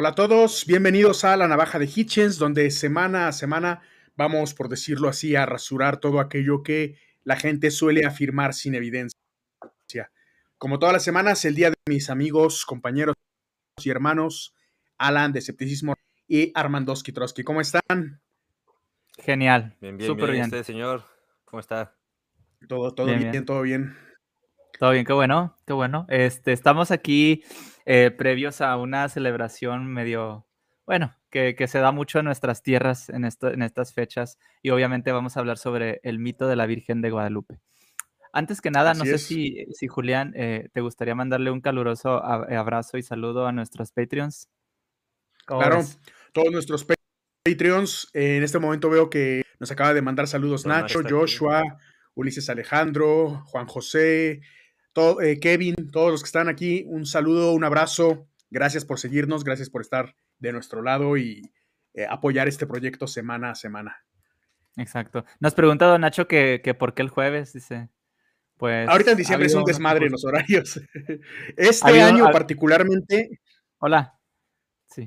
Hola a todos, bienvenidos a La Navaja de Hitchens, donde semana a semana vamos, por decirlo así, a rasurar todo aquello que la gente suele afirmar sin evidencia. Como todas las semanas, el día de mis amigos, compañeros y hermanos, Alan de Escepticismo y Armandoski Trotsky. ¿Cómo están? Genial, Bien, súper bien. bien. Señor, ¿cómo está? Todo Bien, bien, bien. todo bien. Todo bien, qué bueno, qué bueno. Estamos aquí previos a una celebración medio, bueno, que se da mucho en nuestras tierras en estas fechas y obviamente vamos a hablar sobre el mito de la Virgen de Guadalupe. Antes que nada, no Así sé es. si Julián, te gustaría mandarle un caluroso abrazo y saludo a nuestros Patreons. ¿Cómo Claro, ves? todos nuestros Patreons, en este momento veo que nos acaba de mandar saludos Don Nacho Nacho, está aquí. Joshua, Ulises Alejandro, Juan José, Kevin, todos los que están aquí, un saludo, un abrazo, gracias por seguirnos, gracias por estar de nuestro lado y apoyar este proyecto semana a semana. Exacto. Nos pregunta Don Nacho que por qué el jueves, dice. Ahorita en Pues ha diciembre es un habido unos desmadre en los ajustes. horarios. Ha Este habido, año particularmente, hola. Sí.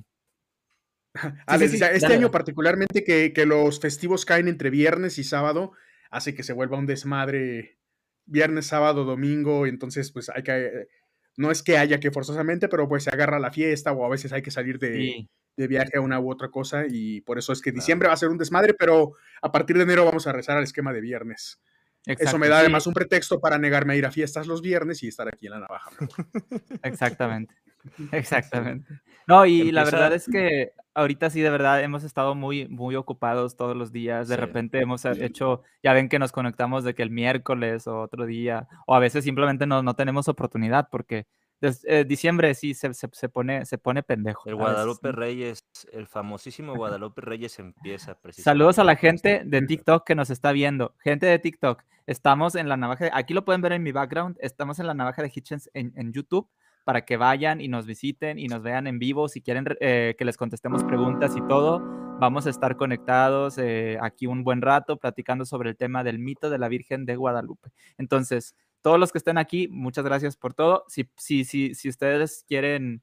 Sí, sí, les decía, sí, este dale, año dale. particularmente que los festivos caen entre viernes y sábado, hace que se vuelva un desmadre viernes, sábado, domingo, entonces pues hay que, no es que haya que forzosamente, pero pues se agarra la fiesta o a veces hay que salir Sí, de viaje a una u otra cosa y por eso es que diciembre Claro. va a ser un desmadre, pero a partir de enero vamos a rezar al esquema de viernes. Eso me exacto, da sí, además un pretexto para negarme a ir a fiestas los viernes y estar aquí en la navaja mejor. exactamente, Sí. exactamente. No, y la verdad Empieza. es que ahorita sí, de verdad, hemos estado muy, muy ocupados todos los días. De Sí. repente hemos hecho, ya ven que nos conectamos de que el miércoles o otro día, o a veces simplemente no tenemos oportunidad porque diciembre sí se pone pendejo El a veces, Guadalupe ¿no? Reyes, el famosísimo Guadalupe Reyes empieza Saludos a precisamente la con esto. gente de TikTok que nos está viendo. Gente de TikTok, estamos en la navaja. Aquí lo pueden ver en mi background. Estamos en la navaja de Hitchens en YouTube para que vayan y nos visiten y nos vean en vivo. Si quieren que les contestemos preguntas y todo, vamos a estar conectados aquí un buen rato platicando sobre el tema del mito de la Virgen de Guadalupe. Entonces, todos los que estén aquí, muchas gracias por todo. Si ustedes quieren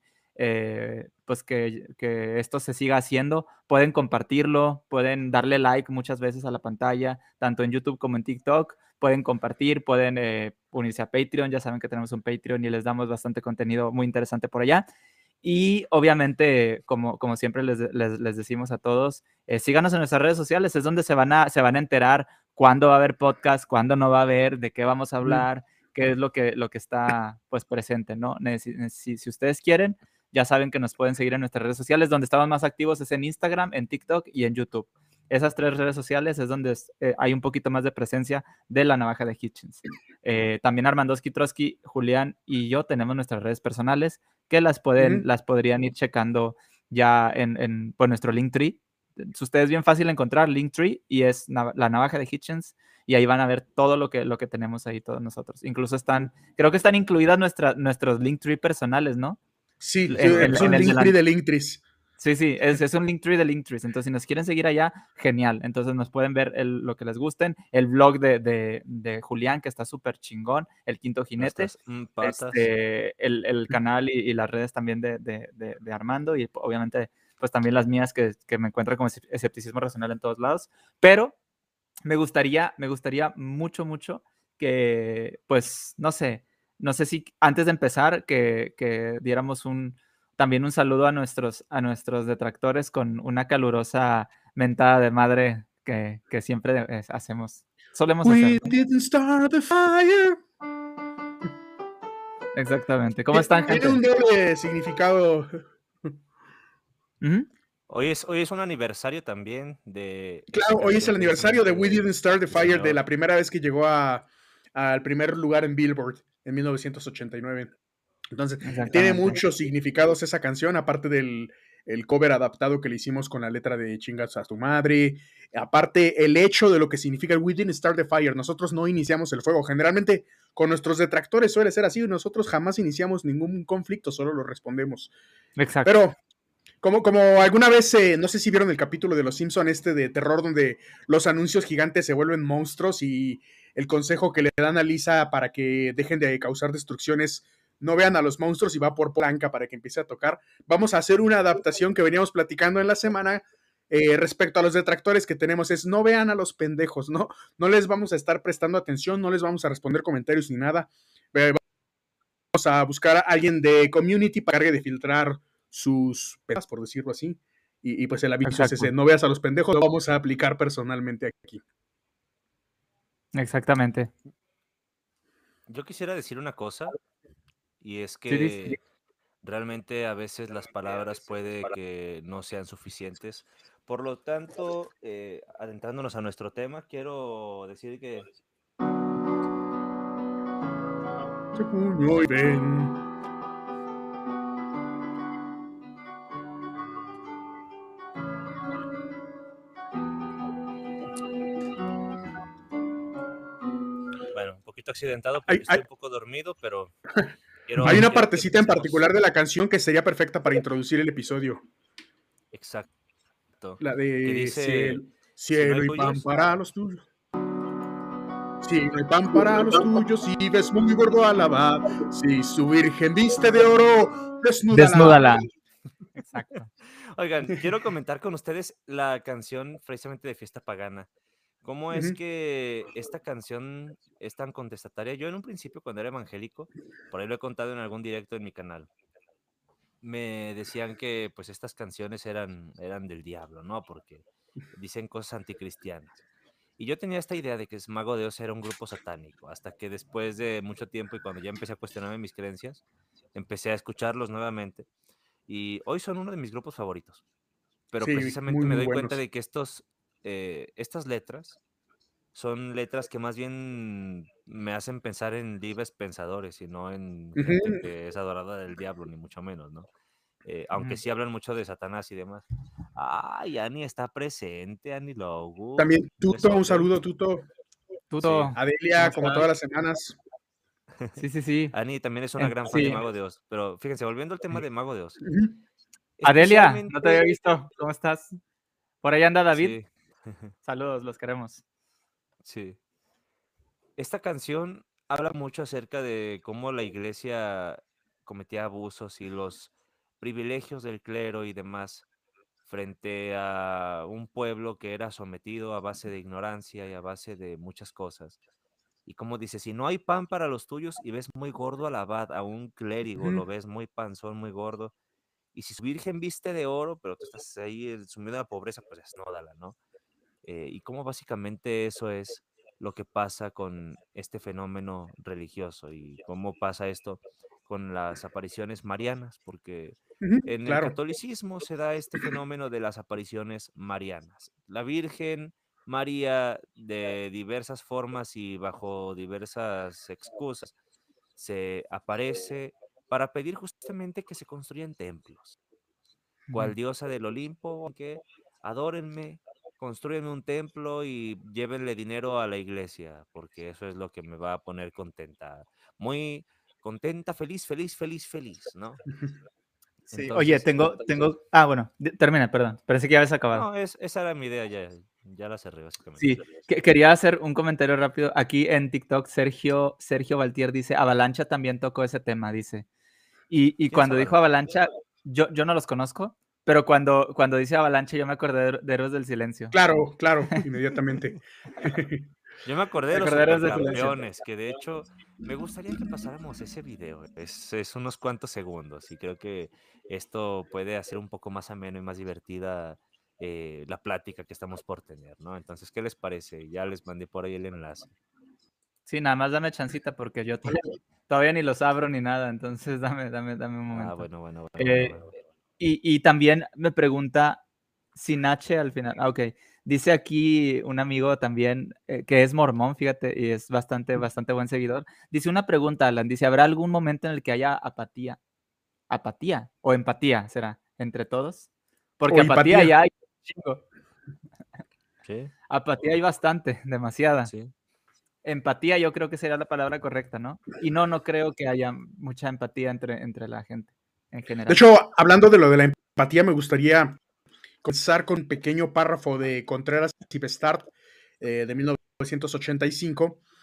pues que esto se siga haciendo. Pueden compartirlo, pueden darle like muchas veces a la pantalla, tanto en YouTube como en TikTok. Pueden compartir, pueden unirse a Patreon. Ya saben que tenemos un Patreon y les damos bastante contenido muy interesante por allá. Y obviamente, como siempre les decimos a todos, síganos en nuestras redes sociales, es donde se van a enterar cuándo va a haber podcast, cuándo no va a haber, de qué vamos a hablar, qué es lo que está pues presente, ¿no? Si ustedes quieren, ya saben que nos pueden seguir en nuestras redes sociales. Donde estamos más activos es en Instagram, en TikTok y en YouTube. Esas tres redes sociales es donde hay un poquito más de presencia de la navaja de Hitchens. También Armandoski, Trotsky, Julián y yo tenemos nuestras redes personales que las podrían ir checando ya por nuestro Linktree. Ustedes es bien fácil encontrar Linktree y es la navaja de Hitchens y ahí van a ver todo lo que tenemos ahí todos nosotros. Incluso creo que están incluidas nuestros Linktree personales, ¿no? Sí, es En un el de Linktree la... de Linktrees. Sí, sí, es un Linktree de Linktrees. Entonces, si nos quieren seguir allá, genial. Entonces, nos pueden ver lo que les gusten. El blog de Julián, que está súper chingón. El Quinto Jinete. Nuestras patas. El canal y las redes también de Armando. Y obviamente, pues también las mías que me encuentran como escepticismo racional en todos lados. Pero me gustaría mucho, mucho que, pues, no sé si antes de empezar, que diéramos también un saludo a nuestros detractores con una calurosa mentada de madre que siempre solemos hacer, We ¿no? didn't start the fire. Exactamente. ¿Cómo están, Tiene gente? un doble significado. Ujú. Hoy es un aniversario también de esta Claro, hoy es canción el aniversario de precisamente We Didn't Start the sí, Fire, de señor. la primera vez que llegó al primer lugar en Billboard en 1989. Entonces, tiene Exactamente. muchos significados esa canción, aparte del el cover adaptado que le hicimos con la letra de Chingas a tu madre. Aparte, el hecho de lo que significa el We Didn't Start the Fire. Nosotros no iniciamos el fuego. Generalmente, con nuestros detractores suele ser así. Nosotros jamás iniciamos ningún conflicto, solo lo respondemos. Exacto. Pero como alguna vez, no sé si vieron el capítulo de Los Simpson de terror donde los anuncios gigantes se vuelven monstruos y el consejo que le dan a Lisa para que dejen de causar destrucciones no vean a los monstruos y va por Blanca para que empiece a tocar. Vamos a hacer una adaptación que veníamos platicando en la semana respecto a los detractores que tenemos, es no vean a los pendejos, no les vamos a estar prestando atención, no les vamos a responder comentarios ni nada. Vamos a buscar a alguien de community para que de filtrar sus pedas, por decirlo así. Y pues el aviso es ese, no veas a los pendejos, lo vamos a aplicar personalmente aquí. Exactamente. Yo quisiera decir una cosa, y es Sí, que realmente a veces las palabras puede que no sean suficientes. Por lo tanto, adentrándonos a nuestro tema, quiero decir que Se puñó y ven. bueno, un poquito accidentado porque estoy un poco dormido, pero hay una partecita en particular de la canción que sería perfecta para introducir el episodio. Exacto. La Que de dice, cielo si no y hay pan tuyos, para los tuyos. Si no hay pan para los tuyos, si ves muy gordo al abad, si su virgen viste de oro, desnúdala. Exacto. Oigan, quiero comentar con ustedes la canción precisamente de Fiesta Pagana. ¿Cómo es que esta canción es tan contestataria? Yo en un principio, cuando era evangélico, por ahí lo he contado en algún directo en mi canal, me decían que pues estas canciones eran del diablo, ¿no? Porque dicen cosas anticristianas. Y yo tenía esta idea de que Mago de Oz era un grupo satánico, hasta que después de mucho tiempo y cuando ya empecé a cuestionarme mis creencias, empecé a escucharlos nuevamente y hoy son uno de mis grupos favoritos. Pero Sí, precisamente muy, me muy doy cuenta buenos. de que estas letras son letras que más bien me hacen pensar en libres pensadores y no en gente que es adorada del diablo, ni mucho menos, ¿no? Aunque sí hablan mucho de Satanás y demás. Ay, Ani está presente, Ani Logu. También Tuto, un Besote. saludo, Tuto. Tuto, Sí. Adelia, como todas las semanas. Sí. Ani también es una gran fan de Mago de Oz. Pero fíjense, volviendo al tema de Mago de Oz. Adelia, no te había Especialmente. visto. ¿Cómo estás? Por ahí anda David. Sí. Saludos, los queremos. Sí. Esta canción habla mucho acerca de cómo la iglesia cometía abusos y los privilegios del clero y demás frente a un pueblo que era sometido a base de ignorancia y a base de muchas cosas. Y como dice, si no hay pan para los tuyos y ves muy gordo al abad, a un clérigo, lo ves muy panzón, muy gordo, y si su virgen viste de oro, pero tú estás ahí sumido en la pobreza, pues desnódala, ¿no? Y cómo básicamente eso es lo que pasa con este fenómeno religioso y cómo pasa esto con las apariciones marianas, porque en el Claro. catolicismo se da este fenómeno de las apariciones marianas. La Virgen María, de diversas formas y bajo diversas excusas, se aparece para pedir justamente que se construyan templos. Cual diosa del Olimpo, que adórenme, construyanme un templo y llévenle dinero a la iglesia, porque eso es lo que me va a poner contenta. Muy contenta, feliz, ¿no? Sí, oye, Entonces, tengo. Bueno, termina, perdón. Parece que ya habías acabado. no, esa era mi idea, ya la cerré básicamente. Sí, quería hacer un comentario rápido. Aquí en TikTok, Sergio Valtier dice, Avalancha también tocó ese tema, dice. Y ¿Quién es cuando dijo Avalancha? Avalancha, yo no los conozco, pero cuando dice Avalancha yo me acordé de Héroes del Silencio. Claro, inmediatamente. Yo me acordé de Me los acordé de Héroes del Silencio. supercampeones, que de hecho me gustaría que pasáramos ese video. Es unos cuantos segundos y creo que esto puede hacer un poco más ameno y más divertida la plática que estamos por tener, ¿no? Entonces, ¿qué les parece? Ya les mandé por ahí el enlace. Sí, nada más dame chancita porque yo todavía ni los abro ni nada, entonces dame un momento. Ah, bueno. Y también me pregunta Sinache al final. Ok. Dice aquí un amigo también que es mormón, fíjate, y es bastante buen seguidor. Dice una pregunta, Alan. Dice, ¿habrá algún momento en el que haya apatía? ¿Apatía? ¿O empatía será? ¿Entre todos? Porque O apatía hipatía. ya hay un chingo. Sí, Apatía hay bastante, demasiada. sí. Empatía yo creo que sería la palabra correcta, ¿no? Y no creo que haya mucha empatía entre la gente en general. De hecho, hablando de lo de la empatía, me gustaría comenzar con un pequeño párrafo de Contreras y Bestart de 1985,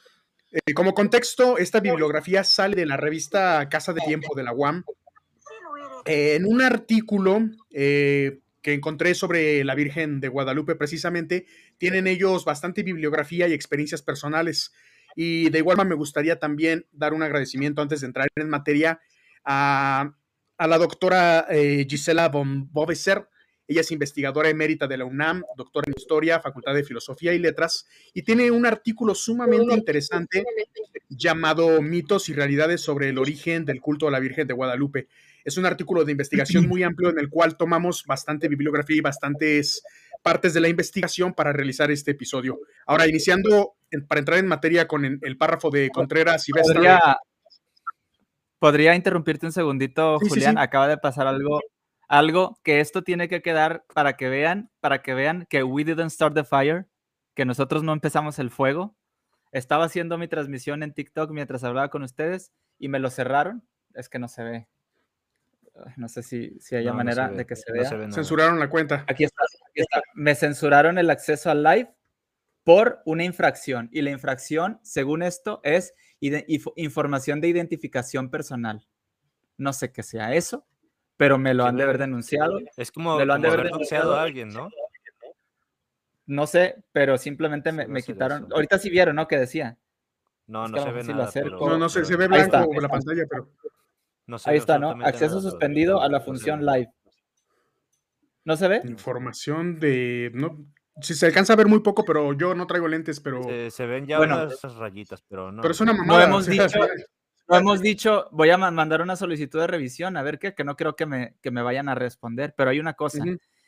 Como contexto, esta bibliografía sale de la revista Casa de Tiempo de la UAM, en un artículo que encontré sobre la Virgen de Guadalupe precisamente. Tienen ellos bastante bibliografía y experiencias personales, y de igual manera me gustaría también dar un agradecimiento antes de entrar en materia a la doctora Gisela von Boveser. Ella es investigadora emérita de la UNAM, doctora en Historia, Facultad de Filosofía y Letras, y tiene un artículo sumamente interesante llamado Mitos y Realidades sobre el origen del culto a la Virgen de Guadalupe. Es un artículo de investigación muy amplio en el cual tomamos bastante bibliografía y bastantes partes de la investigación para realizar este episodio. Ahora, iniciando, para entrar en materia con el párrafo de Contreras y Besta. ¿Podría interrumpirte un segundito, Sí, Julián? sí. Acaba de pasar algo que esto tiene que quedar para que vean que we didn't start the fire, que nosotros no empezamos el fuego. Estaba haciendo mi transmisión en TikTok mientras hablaba con ustedes y me lo cerraron. Es que no se ve. No sé si haya manera de que se vea. No se ve nada. Censuraron la cuenta. Aquí está. Me censuraron el acceso al live por una infracción. Y la infracción, según esto, es información de identificación personal. No sé qué sea eso, pero me lo han de haber denunciado. Es como, me lo han de haber denunciado a alguien, ¿no? No sé, pero simplemente me quitaron. Eso. Ahorita sí vieron, ¿no? Que decía. No, no se ve nada. No se ve blanco la pantalla, pero... No ahí está, ¿no? Acceso suspendido a la función live. ¿No se ve? Información de... No, si se alcanza a ver muy poco, pero yo no traigo lentes, pero... Se ven ya unas rayitas, pero no. Pero es una mamada. No hemos dicho, voy a mandar una solicitud de revisión, a ver qué, que no creo que me vayan a responder, pero hay una cosa.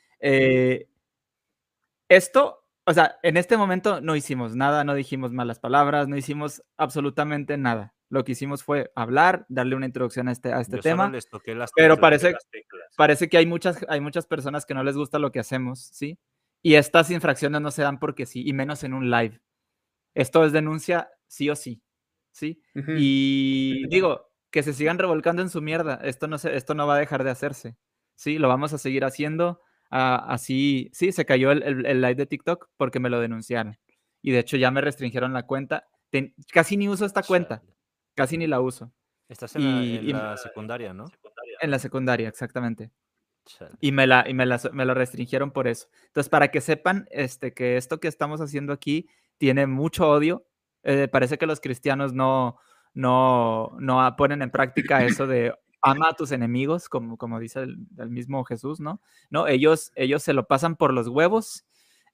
Esto, o sea, en este momento no hicimos nada, no dijimos malas palabras, no hicimos absolutamente nada. Lo que hicimos fue hablar, darle una introducción a este tema, pero parece que hay muchas personas que no les gusta lo que hacemos, ¿sí? Y estas infracciones no se dan porque sí, y menos en un live. Esto es denuncia sí o sí, ¿sí? Y digo, que se sigan revolcando en su mierda, esto no va a dejar de hacerse, ¿sí? Lo vamos a seguir haciendo. Así, sí, se cayó el live de TikTok porque me lo denunciaron. Y de hecho ya me restringieron la cuenta. Casi ni uso esta cuenta. Casi ni la uso. Estás en la secundaria, ¿no? En la secundaria, exactamente. Chale. Y me lo restringieron por eso. Entonces, para que sepan que esto que estamos haciendo aquí tiene mucho odio. Parece que los cristianos no ponen en práctica eso de ama a tus enemigos, como dice el mismo Jesús, ¿no? No, ellos se lo pasan por los huevos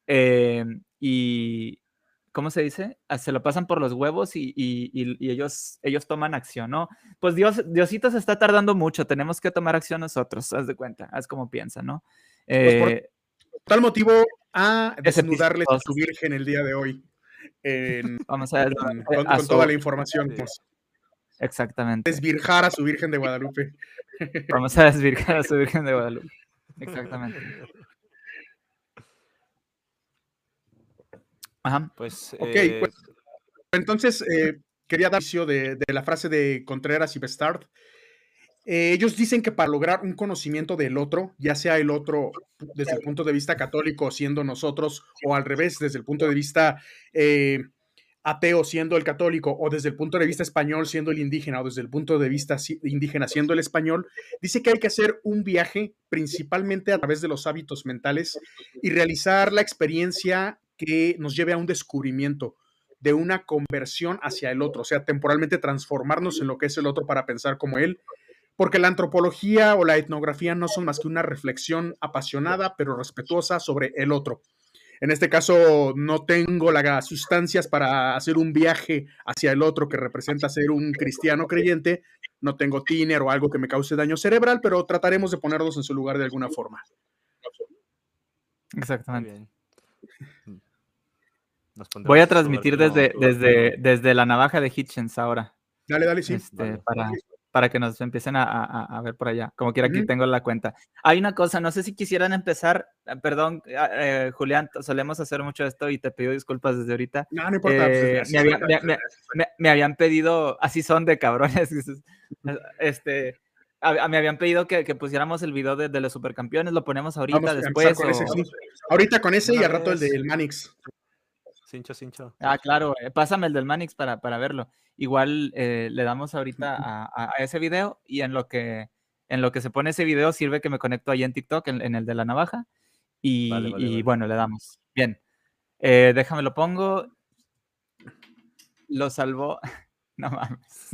y, ¿cómo se dice? Se lo pasan por los huevos y ellos toman acción, ¿no? Pues Diosito se está tardando mucho, tenemos que tomar acción nosotros, haz de cuenta, haz como piensa, ¿no? Pues por tal motivo, a desnudarles a su virgen el día de hoy. Vamos a ver. Con toda la información. Sí. Exactamente. Desvirjar a su Virgen de Guadalupe. Vamos a desvirjar a su Virgen de Guadalupe. Exactamente. Ajá. Pues, pues entonces quería dar inicio de la frase de Contreras y Bestard. Ellos dicen que para lograr un conocimiento del otro, ya sea el otro desde el punto de vista católico siendo nosotros, o al revés, desde el punto de vista ateo siendo el católico, o desde el punto de vista español siendo el indígena, o desde el punto de vista indígena siendo el español, dice que hay que hacer un viaje principalmente a través de los hábitos mentales y realizar la experiencia que nos lleve a un descubrimiento, de una conversión hacia el otro, o sea, temporalmente transformarnos en lo que es el otro para pensar como él, porque la antropología o la etnografía no son más que una reflexión apasionada pero respetuosa sobre el otro. En este caso, no tengo las sustancias para hacer un viaje hacia el otro que representa ser un cristiano creyente. No tengo tiner o algo que me cause daño cerebral, pero trataremos de ponerlos en su lugar de alguna forma. Exactamente. Voy a transmitir desde la navaja de Hitchens ahora. Dale, sí. Para que nos empiecen a ver por allá. Como quiera, aquí tengo la cuenta. Hay una cosa, no sé si quisieran empezar, perdón, Julián, solemos hacer mucho esto y te pido disculpas desde ahorita. No importa. Me habían pedido, así son de cabrones, me habían pedido que pusiéramos el video de los supercampeones, lo ponemos ahorita, después. Con ese, sí. Ahorita con ese y al rato el del Manix. Cincho. Ah, claro, pásame el del Manix para verlo. Igual le damos ahorita a ese video y en lo que se pone ese video sirve que me conecto ahí en TikTok, en el de la navaja. Y Vale. bueno, le damos. Bien. Déjame lo pongo. Lo salvó. No mames.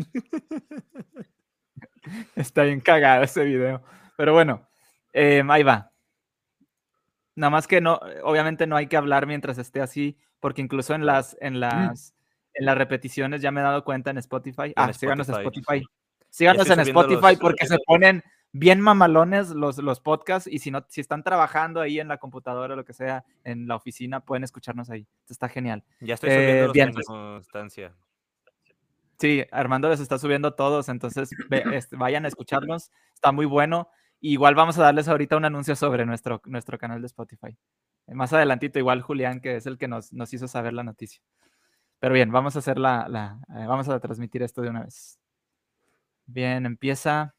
Está bien cagado ese video. Pero bueno, ahí va. Nada más que no, obviamente no hay que hablar mientras esté así, porque incluso en las repeticiones ya me he dado cuenta en Spotify. En Síganos en Spotify. Spotify. Ya Síganos estoy en subiendo Spotify porque se ponen bien mamalones los podcasts y si están trabajando ahí en la computadora o lo que sea, en la oficina, pueden escucharnos ahí. Está genial. Ya estoy subiendo bien. con constancia. Sí, Armando les está subiendo todos, entonces vayan a escucharnos, está muy bueno. Igual vamos a darles ahorita un anuncio sobre nuestro canal de Spotify. Más adelantito, igual Julián, que es el que nos hizo saber la noticia. Pero bien, vamos a hacer vamos a transmitir esto de una vez. Bien, empieza.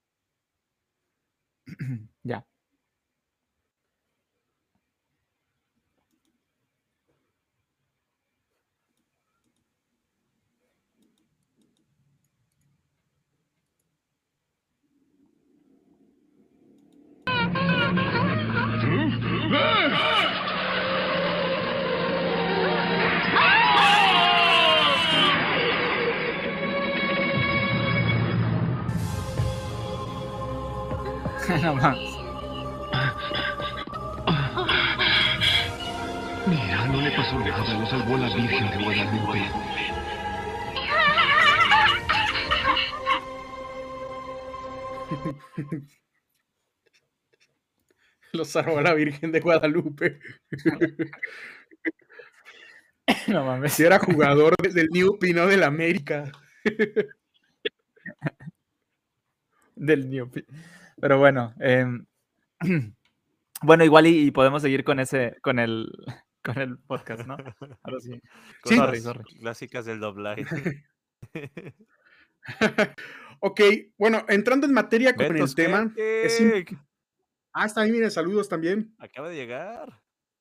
Ya. No más. Mira, no le pasó nada, lo salvó la Virgen de Guadalupe. Lo salvó la Virgen de Guadalupe. No mames. Si era jugador del New Pino del América. Del New. Pero bueno, bueno, igual y podemos seguir con el podcast, ¿no? Ahora sí. Sí. Sorry. Clásicas del doblaje. Ok, bueno, entrando en materia con Beto el tema. Skeptic. Está ahí, miren, saludos también. Acaba de llegar.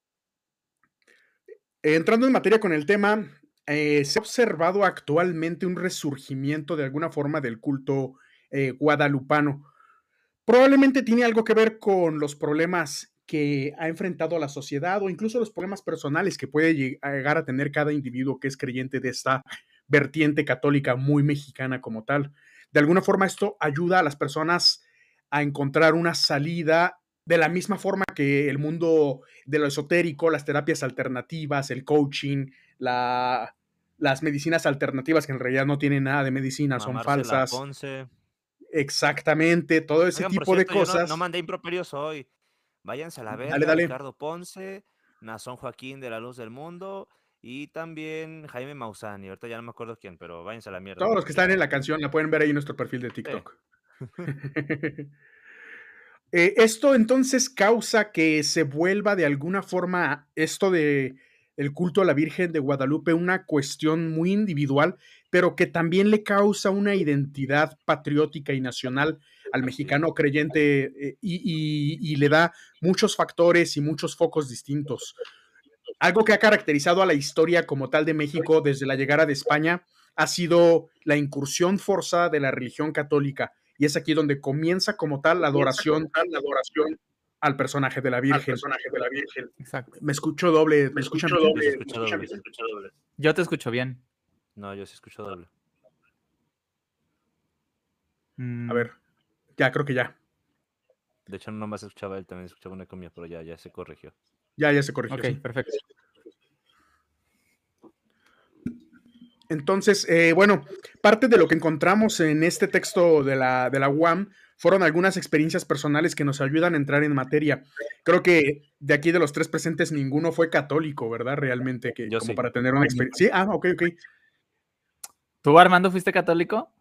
Entrando en materia con el tema, se ha observado actualmente un resurgimiento de alguna forma del culto guadalupano. Probablemente tiene algo que ver con los problemas que ha enfrentado la sociedad o incluso los problemas personales que puede llegar a tener cada individuo que es creyente de esta vertiente católica muy mexicana como tal. De alguna forma esto ayuda a las personas a encontrar una salida de la misma forma que el mundo de lo esotérico, las terapias alternativas, el coaching, las medicinas alternativas que en realidad no tienen nada de medicina, son Mamársela a falsas. Ponce. Exactamente, todo ese Oigan, por tipo de cierto, yo cosas. no mandé improperios hoy. Váyanse a la verga, Dale. Ricardo Ponce, Nazón Joaquín de la Luz del Mundo y también Jaime Maussan. Y ahorita ya no me acuerdo quién, pero váyanse a la mierda. Todos los que están Ya. en la canción la pueden ver ahí en nuestro perfil de TikTok. Esto entonces causa que se vuelva de alguna forma esto de el culto a la Virgen de Guadalupe una cuestión muy individual, pero que también le causa una identidad patriótica y nacional al mexicano creyente y le da muchos factores y muchos focos distintos. Algo que ha caracterizado a la historia como tal de México desde la llegada de España ha sido la incursión forzada de la religión católica. Y es aquí donde comienza como tal la adoración al personaje de la Virgen. Exacto. Me escucho doble. ¿Me escuchan bien? Yo se escucha doble. Yo te escucho bien. No, yo sí escucho doble. A ver, ya creo que ya. De hecho, no nomás escuchaba él, también escuchaba una comida, pero ya se corrigió. Ya se corrigió. Ok, ¿sí? perfecto. Entonces, bueno, parte de lo que encontramos en este texto de la UAM fueron algunas experiencias personales que nos ayudan a entrar en materia. Creo que de aquí de los tres presentes ninguno fue católico, ¿verdad? Realmente, que Yo como sí. para tener una experiencia. Sí, ok. ¿Tú, Armando, fuiste católico?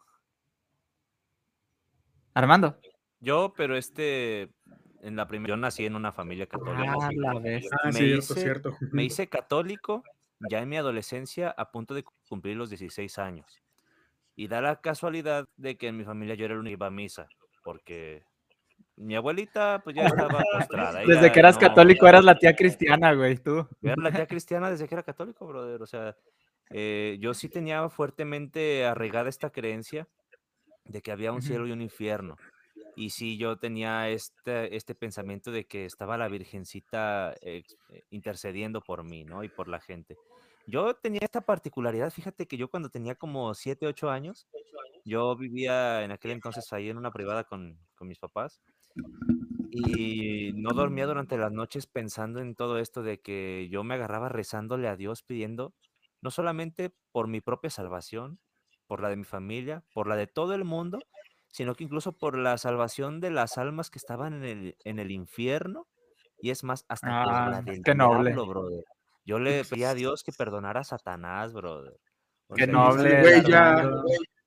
Armando. Yo, pero en la primera, yo nací en una familia católica. La vez. Cierto. Me hice católico ya en mi adolescencia a punto de cumplir los 16 años. Y da la casualidad de que en mi familia yo era el único que iba a misa, porque Mi abuelita, pues ya estaba postrada. Desde ella que eras no- católico eras la tía cristiana, güey, tú. Yo era la tía cristiana desde que era católico, brother. O sea, yo sí tenía fuertemente arraigada esta creencia de que había un cielo y un infierno. Y sí, yo tenía este pensamiento de que estaba la Virgencita intercediendo por mí, ¿no? Y por la gente. Yo tenía esta particularidad, fíjate que yo cuando tenía como 7, 8 años, yo vivía en aquel entonces ahí en una privada con mis papás y no dormía durante las noches pensando en todo esto de que yo me agarraba rezándole a Dios pidiendo no solamente por mi propia salvación, por la de mi familia, por la de todo el mundo, sino que incluso por la salvación de las almas que estaban en el infierno y es más, hasta por la del Qué noble, diablo, brother. Yo le pedía a Dios que perdonara a Satanás, brother. O qué sea, Sí, sí, noble, güey, ya. Armando.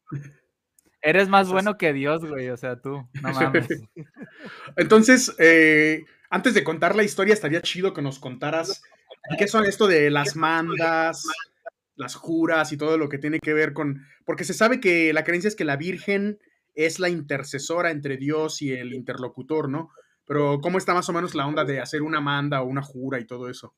Eres más esas- bueno que Dios, güey, o sea, tú, no mames. Entonces, antes de contar la historia, estaría chido que nos contaras qué son esto de las mandas, las juras y todo lo que tiene que ver con. Porque se sabe que la creencia es que la Virgen es la intercesora entre Dios y el interlocutor, ¿no? Pero, ¿cómo está más o menos la onda de hacer una manda o una jura y todo eso?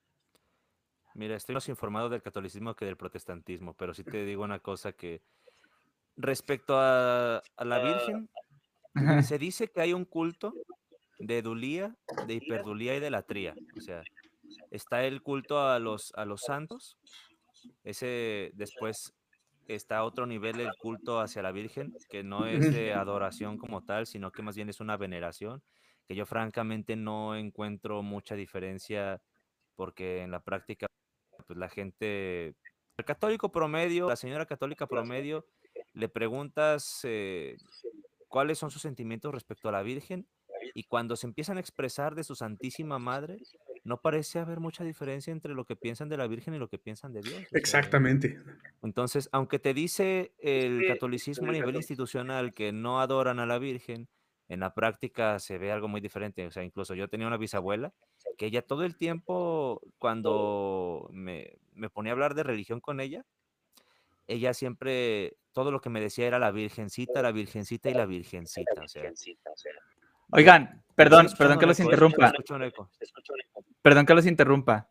Mira, estoy más informado del catolicismo que del protestantismo, pero sí te digo una cosa que respecto a la Virgen, se dice que hay un culto de Dulía, de Hiperdulía y de Latría. O sea, está el culto a los santos, ese después está a otro nivel el culto hacia la Virgen, que no es de adoración como tal, sino que más bien es una veneración, que yo francamente no encuentro mucha diferencia porque en la práctica, pues la gente, el católico promedio, la señora católica promedio, le preguntas cuáles son sus sentimientos respecto a la Virgen y cuando se empiezan a expresar de su Santísima Madre, no parece haber mucha diferencia entre lo que piensan de la Virgen y lo que piensan de Dios. O sea, Exactamente. entonces, aunque te dice el catolicismo a nivel institucional que no adoran a la Virgen, en la práctica se ve algo muy diferente. O sea, incluso yo tenía una bisabuela que ella todo el tiempo, cuando me ponía a hablar de religión con ella siempre, todo lo que me decía era la Virgencita y la Virgencita. O sea, yo Oigan, me estoy perdón escuchando que un los eco, se interrumpa, escucha un eco. perdón que los interrumpa.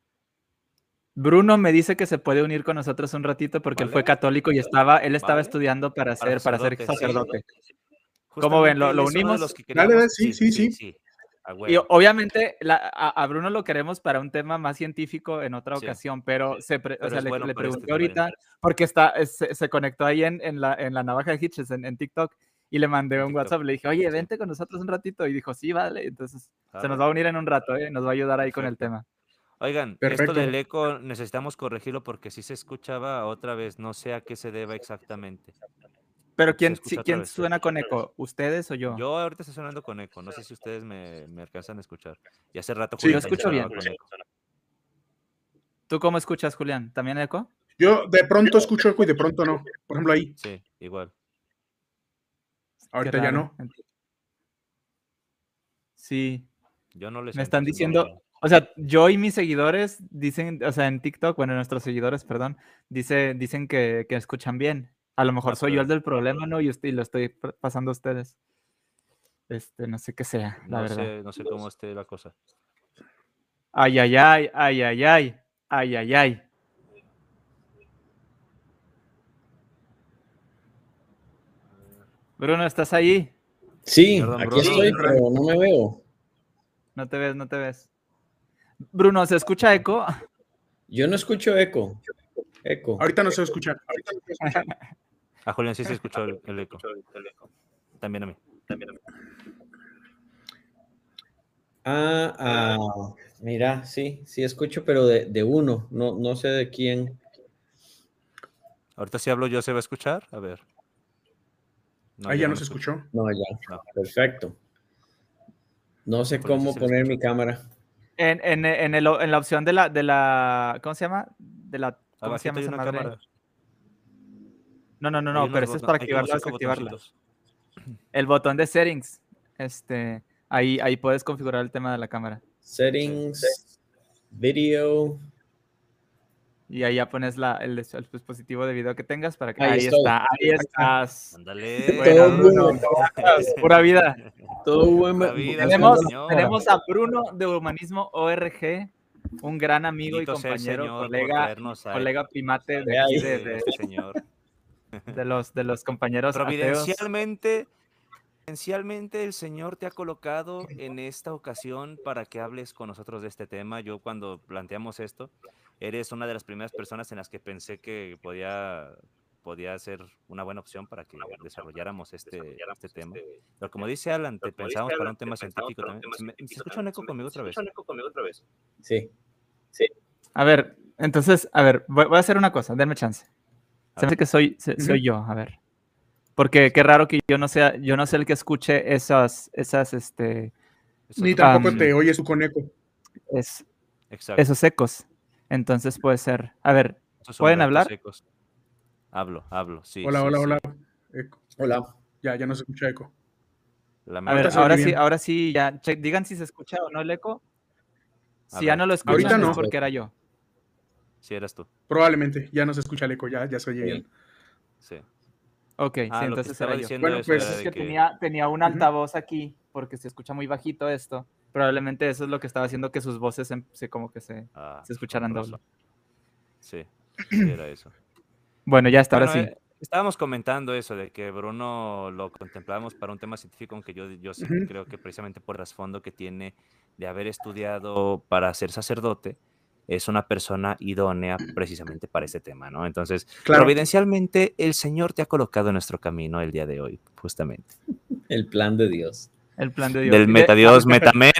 Bruno me dice que se puede unir con nosotros un ratito porque él fue ¿Vale? católico y él estaba Vale. estudiando para ser sacerdote. ¿Cómo ven? Justamente él ¿Lo es uno de unimos? los que Dale, queríamos. sí, sí, sí. A Y huevo. obviamente a Bruno lo queremos para un tema más científico en otra Sí. ocasión, pero, o Pero sea, es bueno le para este pregunté también. ahorita porque se conectó ahí en la navaja de Hitchens en TikTok y le mandé En un TikTok. WhatsApp, le dije, oye, Sí. vente con nosotros un ratito y dijo, sí, vale, entonces se Arre. nos va a unir en un rato, nos va a ayudar ahí con el Perfecto. tema. Oigan, esto Perfecto. del eco necesitamos corregirlo porque sí se escuchaba otra vez, no sé a qué se deba exactamente. Pero Se escucha otra ¿quién vez. suena con eco? ¿Ustedes o yo? Yo ahorita estoy sonando con eco, no sé si ustedes me alcanzan a escuchar. Y hace rato Sí. Julián Yo escucho también bien. sonaba con eco. ¿Tú cómo escuchas, Julián? ¿También eco? Yo de pronto escucho eco y de pronto no. Por ejemplo, ahí. Sí, igual. Ahorita Qué ya raro. no. Sí. Yo no les Me están siento, diciendo, no. o sea, yo y mis seguidores dicen, o sea, en TikTok, bueno, nuestros seguidores, perdón, dicen que escuchan bien. A lo mejor No, soy yo pero el del problema, ¿no? Y lo estoy pasando a ustedes. No sé qué sea, la verdad. no sé cómo esté la cosa. Ay, ay, ay, ay, ay, ay, ay, ay, ay. Bruno, ¿estás ahí? Sí, Señor Don aquí Bruno. estoy, pero no me veo. No te ves, no te ves. Bruno, ¿se escucha eco? Yo no escucho eco. Eco. Ahorita no se va a escuchar. A Julián sí se escuchó el eco. También a mí. Mira, sí escucho, pero de uno, no sé de quién. Ahorita si hablo yo, ¿se va a escuchar? A ver. No, Ahí yo ya no no me se escucho. escuchó. No, ya. No. Perfecto. No sé Híjole, sí cómo se le poner escucha. mi cámara. En la opción de la, ¿cómo se llama? ¿Cómo se llama Abajito hay esa una madre? cámara. No, pero ese es para Hay como activarla o 5 desactivarla. botoncitos. El botón de settings, ahí puedes configurar el tema de la cámara. Settings, video. Y ahí ya pones el dispositivo de video que tengas para que... Ahí Ahí estoy. está, ahí estás. Ándale. Buena, Todo Bruno. bien. Pura vida. Todo buen. La vida, Tenemos a Bruno de Humanismo ORG, un gran amigo Bendito y sea el compañero, Señor por colega traernos a primate de aquí, este señor. de los compañeros ateos. Providencialmente el Señor te ha colocado en esta ocasión para que hables con nosotros de este tema. Yo cuando planteamos esto, eres una de las primeras personas en las que pensé que podía ser una buena opción para que desarrolláramos este tema. Pero como dice Alan, te pensamos para un tema científico también. ¿Se escucha un eco conmigo otra vez? Sí. A ver, entonces, voy a hacer una cosa, denme chance. Se me hace que soy yo, a ver. Porque qué raro que yo no sea el que escuche Ni tampoco te oyes tú con eco. Exacto. esos ecos. Entonces puede ser. A ver, ¿pueden hablar? Ecos. Hablo, sí. Hola. Eco. Hola. Ya no se escucha eco. A ver, ahora sí, ya. Digan si se escucha o no el eco. Si ya no lo escuchan, ahorita no. es porque era yo. Sí, eras tú. Probablemente, ya no se escucha el eco, ya se oye bien. Sí. Ok, sí, entonces era yo. Bueno, pues es que tenía un altavoz aquí, porque se escucha muy bajito esto. Probablemente eso es lo que estaba haciendo que sus voces se escucharan doble. Sí, era eso. Bueno, ya está, ahora sí. Estábamos comentando eso de que Bruno lo contemplábamos para un tema científico, aunque yo sí creo que precisamente por el trasfondo que tiene de haber estudiado para ser sacerdote, es una persona idónea precisamente para ese tema, ¿no? Entonces, providencialmente, el Señor te ha colocado en nuestro camino el día de hoy, justamente. El plan de Dios. El plan de Dios. Del metadios, metamen.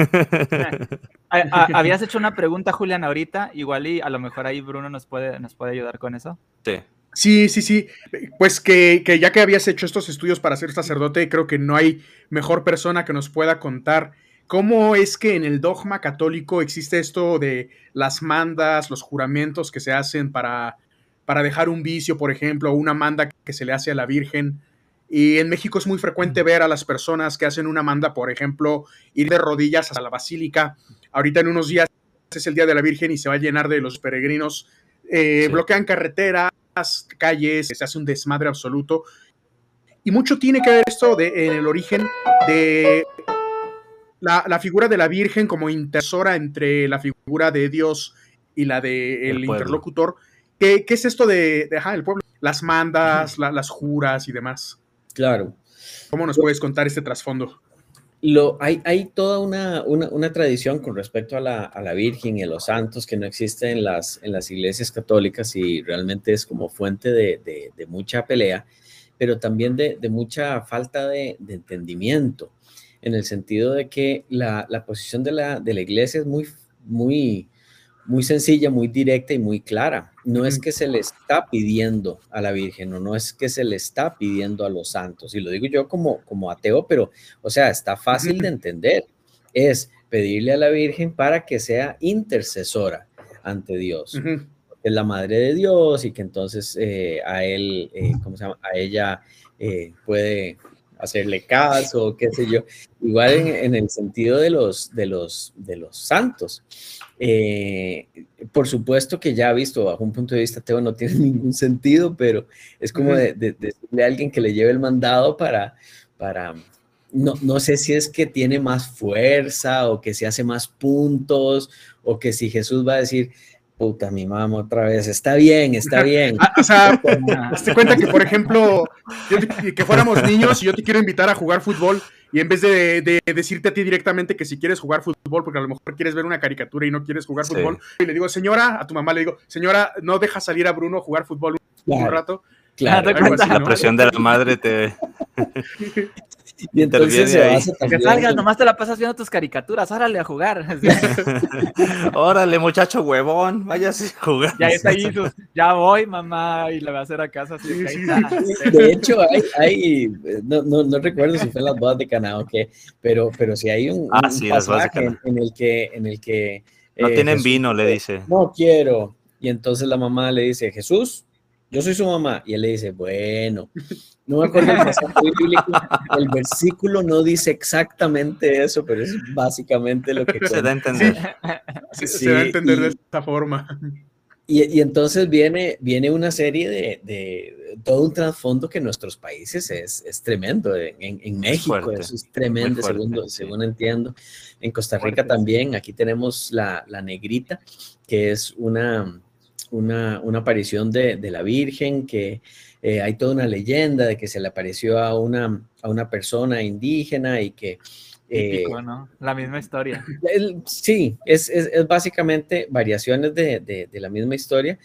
Habías hecho una pregunta, Julián, ahorita, igual y a lo mejor ahí Bruno nos puede ayudar con eso. Sí. Pues que ya que habías hecho estos estudios para ser sacerdote, creo que no hay mejor persona que nos pueda contar cómo es que en el dogma católico existe esto de las mandas, los juramentos que se hacen para dejar un vicio, por ejemplo, o una manda que se le hace a la Virgen. Y en México es muy frecuente ver a las personas que hacen una manda, por ejemplo, ir de rodillas a la basílica. Ahorita en unos días es el Día de la Virgen y se va a llenar de los peregrinos. Bloquean carreteras, calles, se hace un desmadre absoluto. Y mucho tiene que ver esto en el origen de la figura de la Virgen como intercesora entre la figura de Dios y la del interlocutor. ¿Qué es esto de el pueblo? Las mandas, las juras y demás. Claro. ¿Cómo nos puedes contar este trasfondo? Hay toda una tradición con respecto a la Virgen y a los santos que no existe en las iglesias católicas y realmente es como fuente de mucha pelea, pero también de mucha falta de entendimiento, en el sentido de que la posición de la iglesia es muy sencilla, muy directa y muy clara. No es que se le está pidiendo a la Virgen o no es que se le está pidiendo a los santos. Y lo digo yo como ateo, pero, o sea, está fácil de entender. Es pedirle a la Virgen para que sea intercesora ante Dios. Es la madre de Dios y que entonces a ella puede hacerle caso, qué sé yo. Igual en el sentido de los santos. Por supuesto que ya visto bajo un punto de vista ateo no tiene ningún sentido, pero es como de decirle a alguien que le lleve el mandado para no sé si es que tiene más fuerza o que se hace más puntos o que si Jesús va a decir, puta, mi mamá otra vez, está bien. O sea, hazte cuenta que, por ejemplo, que fuéramos niños y yo te quiero invitar a jugar fútbol y en vez de decirte a ti directamente que si quieres jugar fútbol, porque a lo mejor quieres ver una caricatura y no quieres jugar fútbol, y le digo, señora, a tu mamá le digo, señora, ¿no deja salir a Bruno a jugar fútbol un rato? Claro, así, la ¿no? presión de la madre te... Y entonces se basa que salgas, nomás te la pasas viendo tus caricaturas, órale a jugar. Órale, muchacho huevón, váyase a jugar. Ya está ahí, ya voy, mamá, y le va a hacer a casa. Así de, de hecho, hay no recuerdo si fue en las bodas de Caná o qué, pero sí hay un pasaje en el que no tienen Jesús vino, le dice. No quiero. Y entonces la mamá le dice, Jesús, yo soy su mamá. Y él le dice, bueno, no me acuerdo el pasaje bíblico, el versículo no dice exactamente eso, pero es básicamente lo que se da a entender. Se da a entender de esta forma. Y entonces viene una serie de todo un trasfondo que en nuestros países es tremendo. En México fuerte, eso es muy tremendo, fuerte, sí. según entiendo. En Costa Rica Fuerte, también, aquí tenemos la negrita, que es una aparición de la Virgen, que hay toda una leyenda de que se le apareció a una persona indígena y que... Típico, ¿no? La misma historia. Sí, es básicamente variaciones de la misma historia.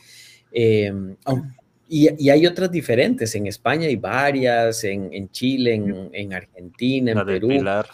Y hay otras diferentes. En España hay varias, en Chile, en Argentina, en La del Perú. Pilar.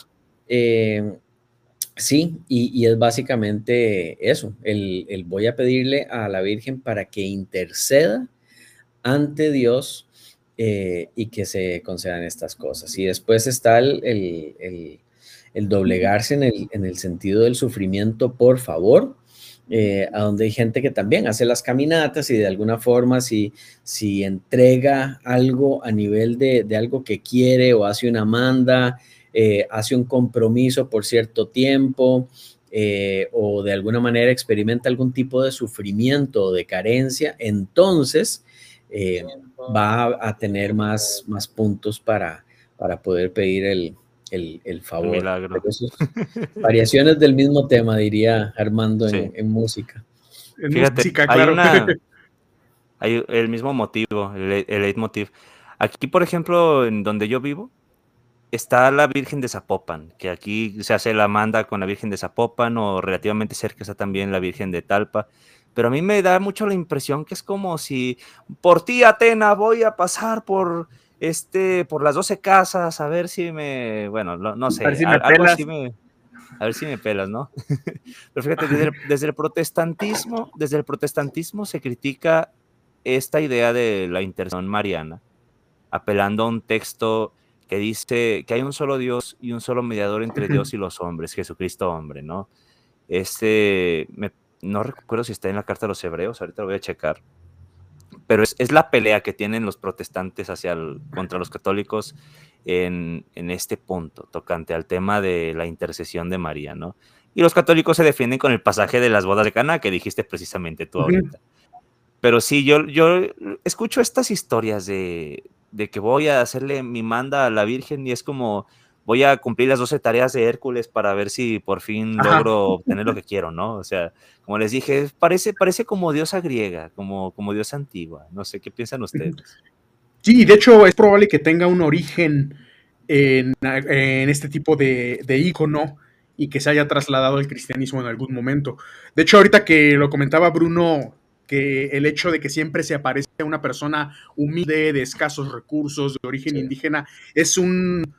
Sí, y es básicamente eso. El voy a pedirle a la Virgen para que interceda ante Dios y que se concedan estas cosas. Y después está el doblegarse en el sentido del sufrimiento, por favor, a donde hay gente que también hace las caminatas y de alguna forma si entrega algo a nivel de algo que quiere o hace una manda, hace un compromiso por cierto tiempo, o de alguna manera experimenta algún tipo de sufrimiento o de carencia, entonces va a tener más puntos para poder pedir el favor. El milagro. Variaciones del mismo tema, diría Armando Sí. en música. en Fíjate, música, hay claro. hay el mismo motivo, el leitmotiv. Aquí, por ejemplo, en donde yo vivo, está la Virgen de Zapopan, que aquí se hace la manda con la Virgen de Zapopan, o relativamente cerca está también la Virgen de Talpa. Pero a mí me da mucho la impresión que es como si por ti, Atena, voy a pasar por las 12 casas a ver si bueno, no A ver sé, si me algo pelas. así a ver si me pelas, ¿no? Pero fíjate, desde el protestantismo se critica esta idea de la intercesión mariana, apelando a un texto que dice que hay un solo Dios y un solo mediador entre Dios y los hombres, Jesucristo hombre, ¿no? No recuerdo si está en la carta de los Hebreos, ahorita lo voy a checar, pero es la pelea que tienen los protestantes contra los católicos en este punto, tocante al tema de la intercesión de María, ¿no? Y los católicos se defienden con el pasaje de las bodas de Caná que dijiste precisamente tú ahorita. Pero sí, yo escucho estas historias de que voy a hacerle mi manda a la Virgen y es como voy a cumplir las 12 tareas de Hércules para ver si por fin logro obtener lo que quiero, ¿no? O sea, como les dije, parece como diosa griega, como diosa antigua. No sé, ¿qué piensan ustedes? Sí, de hecho es probable que tenga un origen en este tipo de ícono y que se haya trasladado al cristianismo en algún momento. De hecho, ahorita que lo comentaba Bruno, que el hecho de que siempre se aparece una persona humilde, de escasos recursos, de origen indígena, es un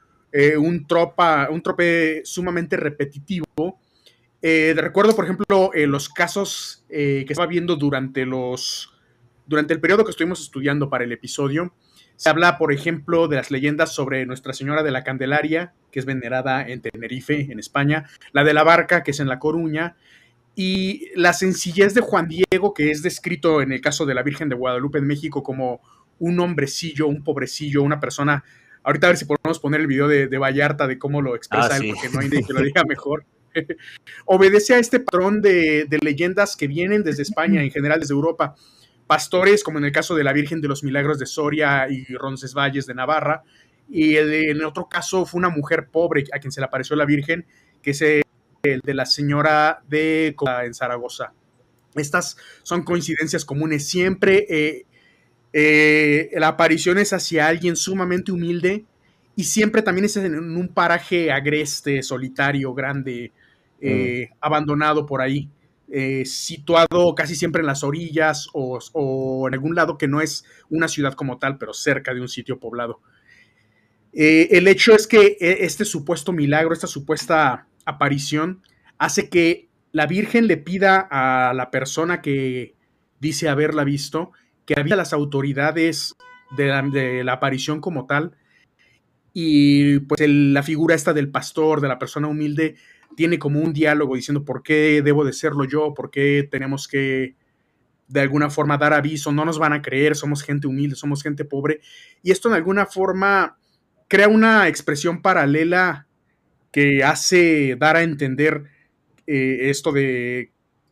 trope sumamente repetitivo. Recuerdo, por ejemplo, los casos que estaba viendo durante el periodo que estuvimos estudiando para el episodio. Se habla, por ejemplo, de las leyendas sobre Nuestra Señora de la Candelaria, que es venerada en Tenerife, en España, la de la Barca, que es en La Coruña, y la sencillez de Juan Diego, que es descrito en el caso de la Virgen de Guadalupe en México como un hombrecillo, un pobrecillo, una persona. Ahorita a ver si podemos poner el video de Vallarta de cómo lo expresa él, Sí. porque no hay nadie que lo diga mejor. Obedece a este patrón de leyendas que vienen desde España, en general desde Europa. Pastores, como en el caso de la Virgen de los Milagros de Soria y Roncesvalles de Navarra, y en otro caso fue una mujer pobre a quien se le apareció la Virgen, que es el de la señora de en Zaragoza. Estas son coincidencias comunes. Siempre la aparición es hacia alguien sumamente humilde y siempre también es en un paraje agreste, solitario, grande, abandonado por ahí, situado casi siempre en las orillas o en algún lado que no es una ciudad como tal, pero cerca de un sitio poblado. El hecho es que este supuesto milagro, esta supuesta aparición, hace que la Virgen le pida a la persona que dice haberla visto que avise a las autoridades de la aparición como tal, y pues la figura esta del pastor, de la persona humilde, tiene como un diálogo diciendo por qué debo de serlo yo, por qué tenemos que de alguna forma dar aviso, no nos van a creer, somos gente humilde, somos gente pobre, y esto en alguna forma crea una expresión paralela que hace dar a entender esto de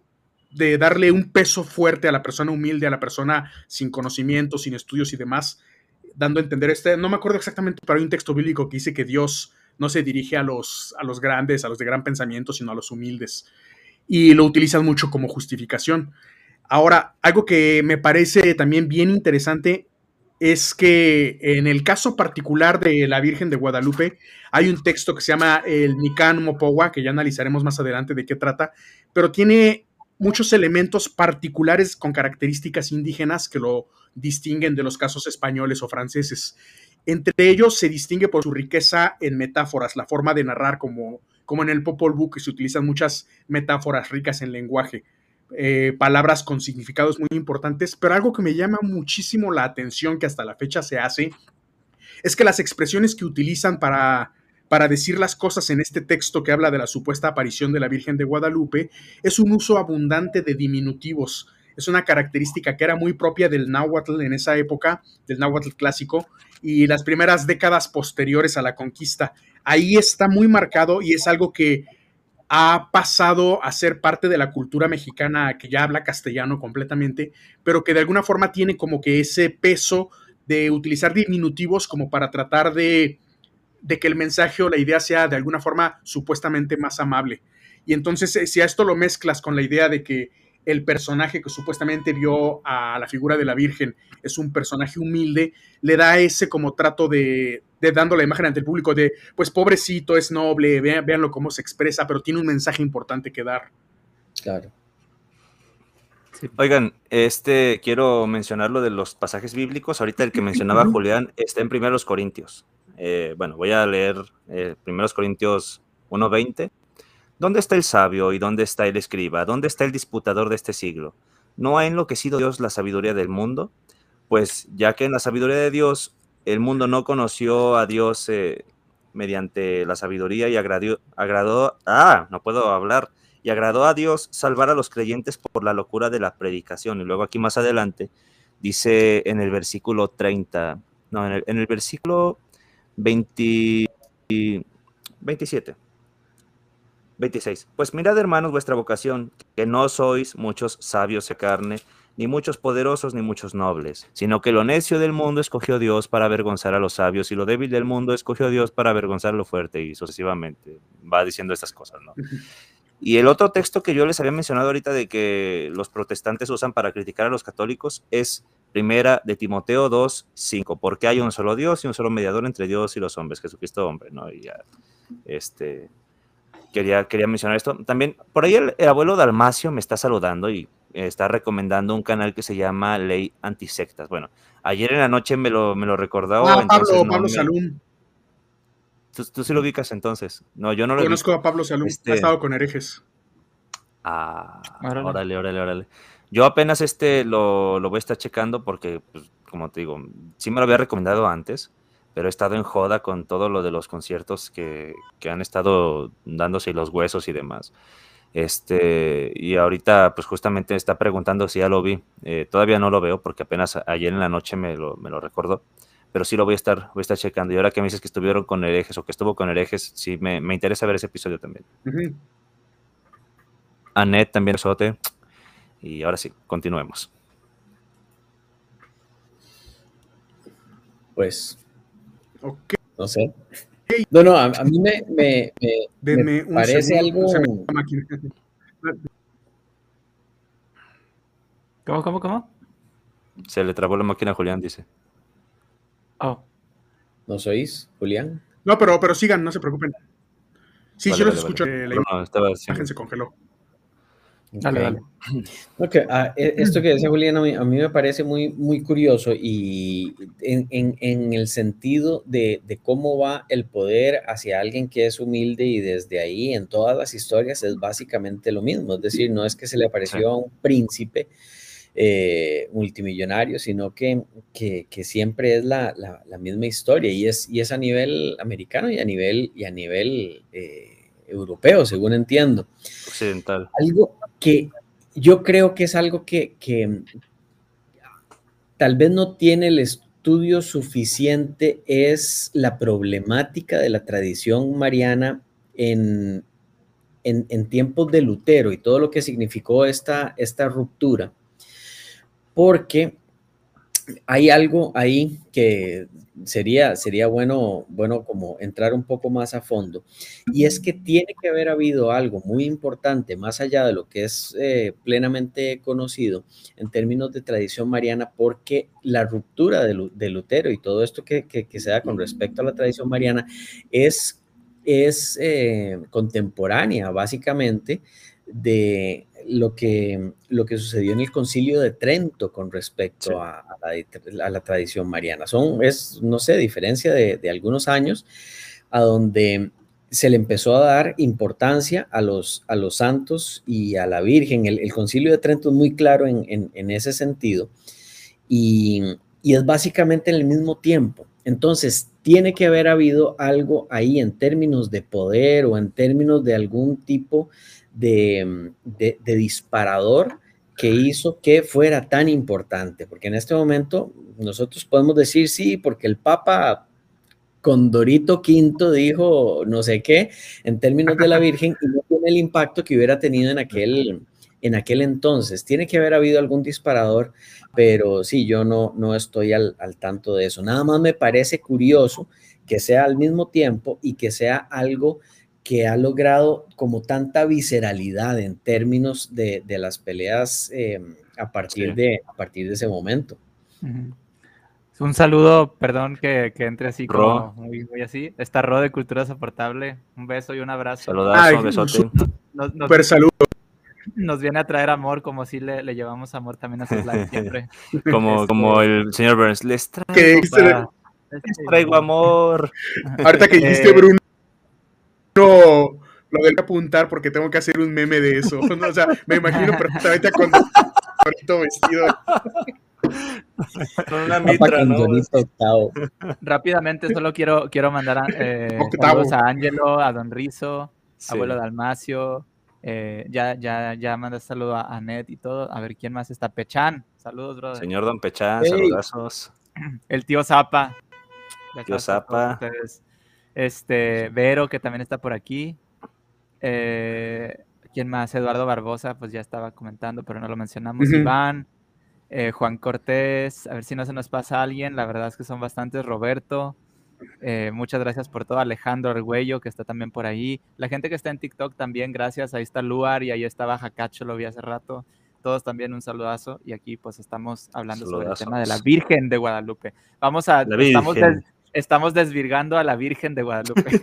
de darle un peso fuerte a la persona humilde, a la persona sin conocimiento, sin estudios y demás, dando a entender no me acuerdo exactamente, pero hay un texto bíblico que dice que Dios no se dirige a los grandes, a los de gran pensamiento, sino a los humildes. Y lo utilizan mucho como justificación. Ahora, algo que me parece también bien interesante es que en el caso particular de la Virgen de Guadalupe hay un texto que se llama el Nican Mopowa, que ya analizaremos más adelante de qué trata, pero tiene muchos elementos particulares con características indígenas que lo distinguen de los casos españoles o franceses. Entre ellos se distingue por su riqueza en metáforas, la forma de narrar como en el Popol Vuh, que se utilizan muchas metáforas ricas en lenguaje. Palabras con significados muy importantes, pero algo que me llama muchísimo la atención, que hasta la fecha se hace, es que las expresiones que utilizan para decir las cosas en este texto que habla de la supuesta aparición de la Virgen de Guadalupe es un uso abundante de diminutivos. Es una característica que era muy propia del náhuatl en esa época, del náhuatl clásico, y las primeras décadas posteriores a la conquista. Ahí está muy marcado y es algo que ha pasado a ser parte de la cultura mexicana que ya habla castellano completamente, pero que de alguna forma tiene como que ese peso de utilizar diminutivos como para tratar de que el mensaje o la idea sea de alguna forma supuestamente más amable. Y entonces, si a esto lo mezclas con la idea de que el personaje que supuestamente vio a la figura de la Virgen es un personaje humilde, le da ese como trato de dando la imagen ante el público de, pues pobrecito, es noble, véanlo cómo se expresa, pero tiene un mensaje importante que dar. Claro. Sí. Oigan, quiero mencionar lo de los pasajes bíblicos. Ahorita el que mencionaba Julián está en 1 Corintios. Bueno, voy a leer 1 Corintios 1:20. ¿Dónde está el sabio y dónde está el escriba? ¿Dónde está el disputador de este siglo? ¿No ha enloquecido Dios la sabiduría del mundo? Pues ya que en la sabiduría de Dios el mundo no conoció a Dios mediante la sabiduría y no puedo hablar, y agradó a Dios salvar a los creyentes por la locura de la predicación. Y luego aquí más adelante dice en el versículo 30, no, en el versículo 27. 26. Pues mirad, hermanos, vuestra vocación, que no sois muchos sabios de carne, ni muchos poderosos, ni muchos nobles, sino que lo necio del mundo escogió Dios para avergonzar a los sabios, y lo débil del mundo escogió Dios para avergonzar a lo fuerte, y sucesivamente va diciendo estas cosas, ¿no? Y el otro texto que yo les había mencionado ahorita de que los protestantes usan para criticar a los católicos es Primera de Timoteo 2:5, porque hay un solo Dios y un solo mediador entre Dios y los hombres, Jesucristo hombre, ¿no? Y ya, Quería mencionar esto. También, por ahí el abuelo Dalmacio me está saludando y está recomendando un canal que se llama Ley Antisectas. Bueno, ayer en la noche me lo recordó. Pablo Salum. ¿Tú sí lo ubicas entonces? No, yo no lo conozco a Pablo Salum, ha estado con herejes. Órale. Yo apenas lo voy a estar checando porque, pues, como te digo, sí me lo había recomendado antes, pero he estado en joda con todo lo de los conciertos que han estado dándose y los huesos y demás. Y ahorita, pues justamente está preguntando si ya lo vi. Todavía no lo veo porque apenas ayer en la noche me lo recordó, pero sí lo voy a estar checando. Y ahora que me dices que estuvieron con herejes o que estuvo con herejes, sí me interesa ver ese episodio también. Annette también, sote. Y ahora sí, continuemos. Pues, okay. No sé. No, a mí me parece algo... ¿Cómo? Se le trabó la máquina a Julián, dice. Oh. ¿No sois, Julián? No, pero sigan, no se preocupen. Sí, vale, yo los vale, escucho. Vale. La imagen se congeló. Dale. Okay. Esto que decía Julián a mí me parece muy, muy curioso y en el sentido de cómo va el poder hacia alguien que es humilde y desde ahí en todas las historias es básicamente lo mismo. Es decir, no es que se le apareció a un príncipe multimillonario, sino que siempre es la misma historia y es a nivel americano y a nivel europeo, según entiendo. Occidental. Algo que yo creo que es algo que tal vez no tiene el estudio suficiente es la problemática de la tradición mariana en en tiempos de Lutero y todo lo que significó esta ruptura, porque hay algo ahí que sería bueno como entrar un poco más a fondo, y es que tiene que haber habido algo muy importante, más allá de lo que es plenamente conocido en términos de tradición mariana, porque la ruptura de Lutero y todo esto que se da con respecto a la tradición mariana es contemporánea, básicamente, de lo que sucedió en el Concilio de Trento con respecto a la tradición mariana. No sé, diferencia de algunos años, a donde se le empezó a dar importancia a los santos y a la Virgen. El Concilio de Trento es muy claro en ese sentido, y es básicamente en el mismo tiempo. Entonces, tiene que haber habido algo ahí en términos de poder o en términos de algún tipo de disparador que hizo que fuera tan importante, porque en este momento nosotros podemos decir sí, porque el Papa Condorito V dijo no sé qué en términos de la Virgen, y no tiene el impacto que hubiera tenido en aquel entonces. Tiene que haber habido algún disparador, pero sí, yo no estoy al tanto de eso. Nada más me parece curioso que sea al mismo tiempo y que sea algo que ha logrado como tanta visceralidad en términos de las peleas a partir de ese momento. Un saludo, perdón que entre así Ro. como muy así. Está Ro de Cultura Soportable. Un beso y un abrazo. Saludazo, besote. Super saludo. Nos viene a traer amor, como si le llevamos amor también a sus lives siempre. Como el señor Burns, les traigo amor. Ahorita que dijiste, Bruno, lo voy a apuntar porque tengo que hacer un meme de eso. O sea, me imagino perfectamente con Condorito vestido. Con una mitra, ¿no? Rápidamente, solo quiero mandar saludos a Ángelo, a Don Rizo, abuelo Dalmacio. Ya mandé saludo a Ned y todo. A ver quién más está. Pechán, saludos, brother. Señor Don Pechán, saludazos. El tío Zapa. Tío Zapa. Vero, que también está por aquí. ¿Quién más? Eduardo Barbosa, pues ya estaba comentando, pero no lo mencionamos. Iván, Juan Cortés, a ver si no se nos pasa alguien. La verdad es que son bastantes. Roberto. Muchas gracias por todo. Alejandro Argüello, que está también por ahí. La gente que está en TikTok también, gracias. Ahí está Luar y ahí estaba Jacacho, lo vi hace rato. Todos también un saludazo. Y aquí pues estamos hablando sobre el tema de la Virgen de Guadalupe. Estamos desvirgando a la Virgen de Guadalupe.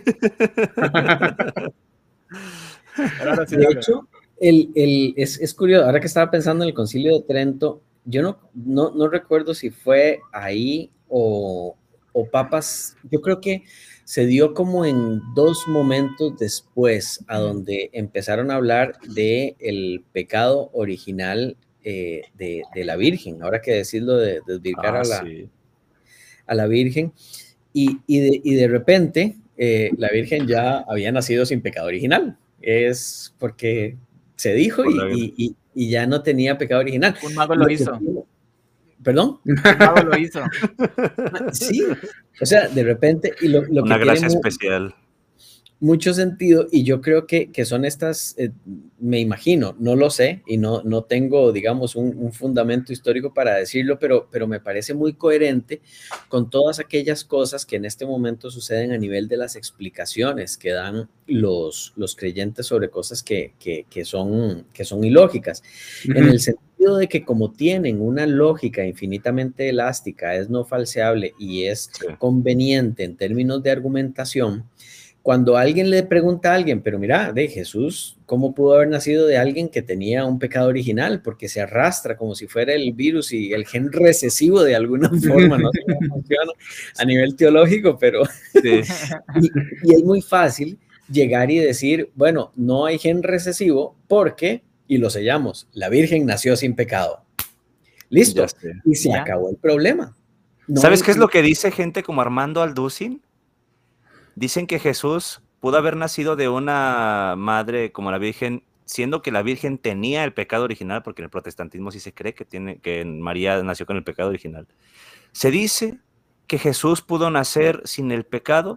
De hecho, es curioso, ahora que estaba pensando en el Concilio de Trento, yo no recuerdo si fue ahí o papas, yo creo que se dio como en dos momentos después, a donde empezaron a hablar del pecado original de la Virgen, ahora que decirlo de desvirgar a la Virgen, y de repente la Virgen ya había nacido sin pecado original, es porque se dijo y ya no tenía pecado original. Un mago lo hizo. ¿Perdón? Un mago lo hizo. Sí, o sea, de repente, y lo una que gracia tiene especial. Mucho sentido, y yo creo que son estas, me imagino, no lo sé, y no tengo, digamos, un fundamento histórico para decirlo, pero me parece muy coherente con todas aquellas cosas que en este momento suceden a nivel de las explicaciones que dan los creyentes sobre cosas que son ilógicas, en el sentido de que como tienen una lógica infinitamente elástica, es no falseable y es conveniente en términos de argumentación. Cuando alguien le pregunta a alguien, pero mira, de Jesús, ¿cómo pudo haber nacido de alguien que tenía un pecado original? Porque se arrastra como si fuera el virus y el gen recesivo de alguna forma, no sé cómo funciona a nivel teológico, pero sí. y es muy fácil llegar y decir, bueno, no hay gen recesivo porque, y lo sellamos, la Virgen nació sin pecado. Listo, y se acabó el problema. No, ¿sabes qué es lo que dice gente como Armando Alducin? Dicen que Jesús pudo haber nacido de una madre como la Virgen, siendo que la Virgen tenía el pecado original, porque en el protestantismo sí se cree que María nació con el pecado original. Se dice que Jesús pudo nacer sin el pecado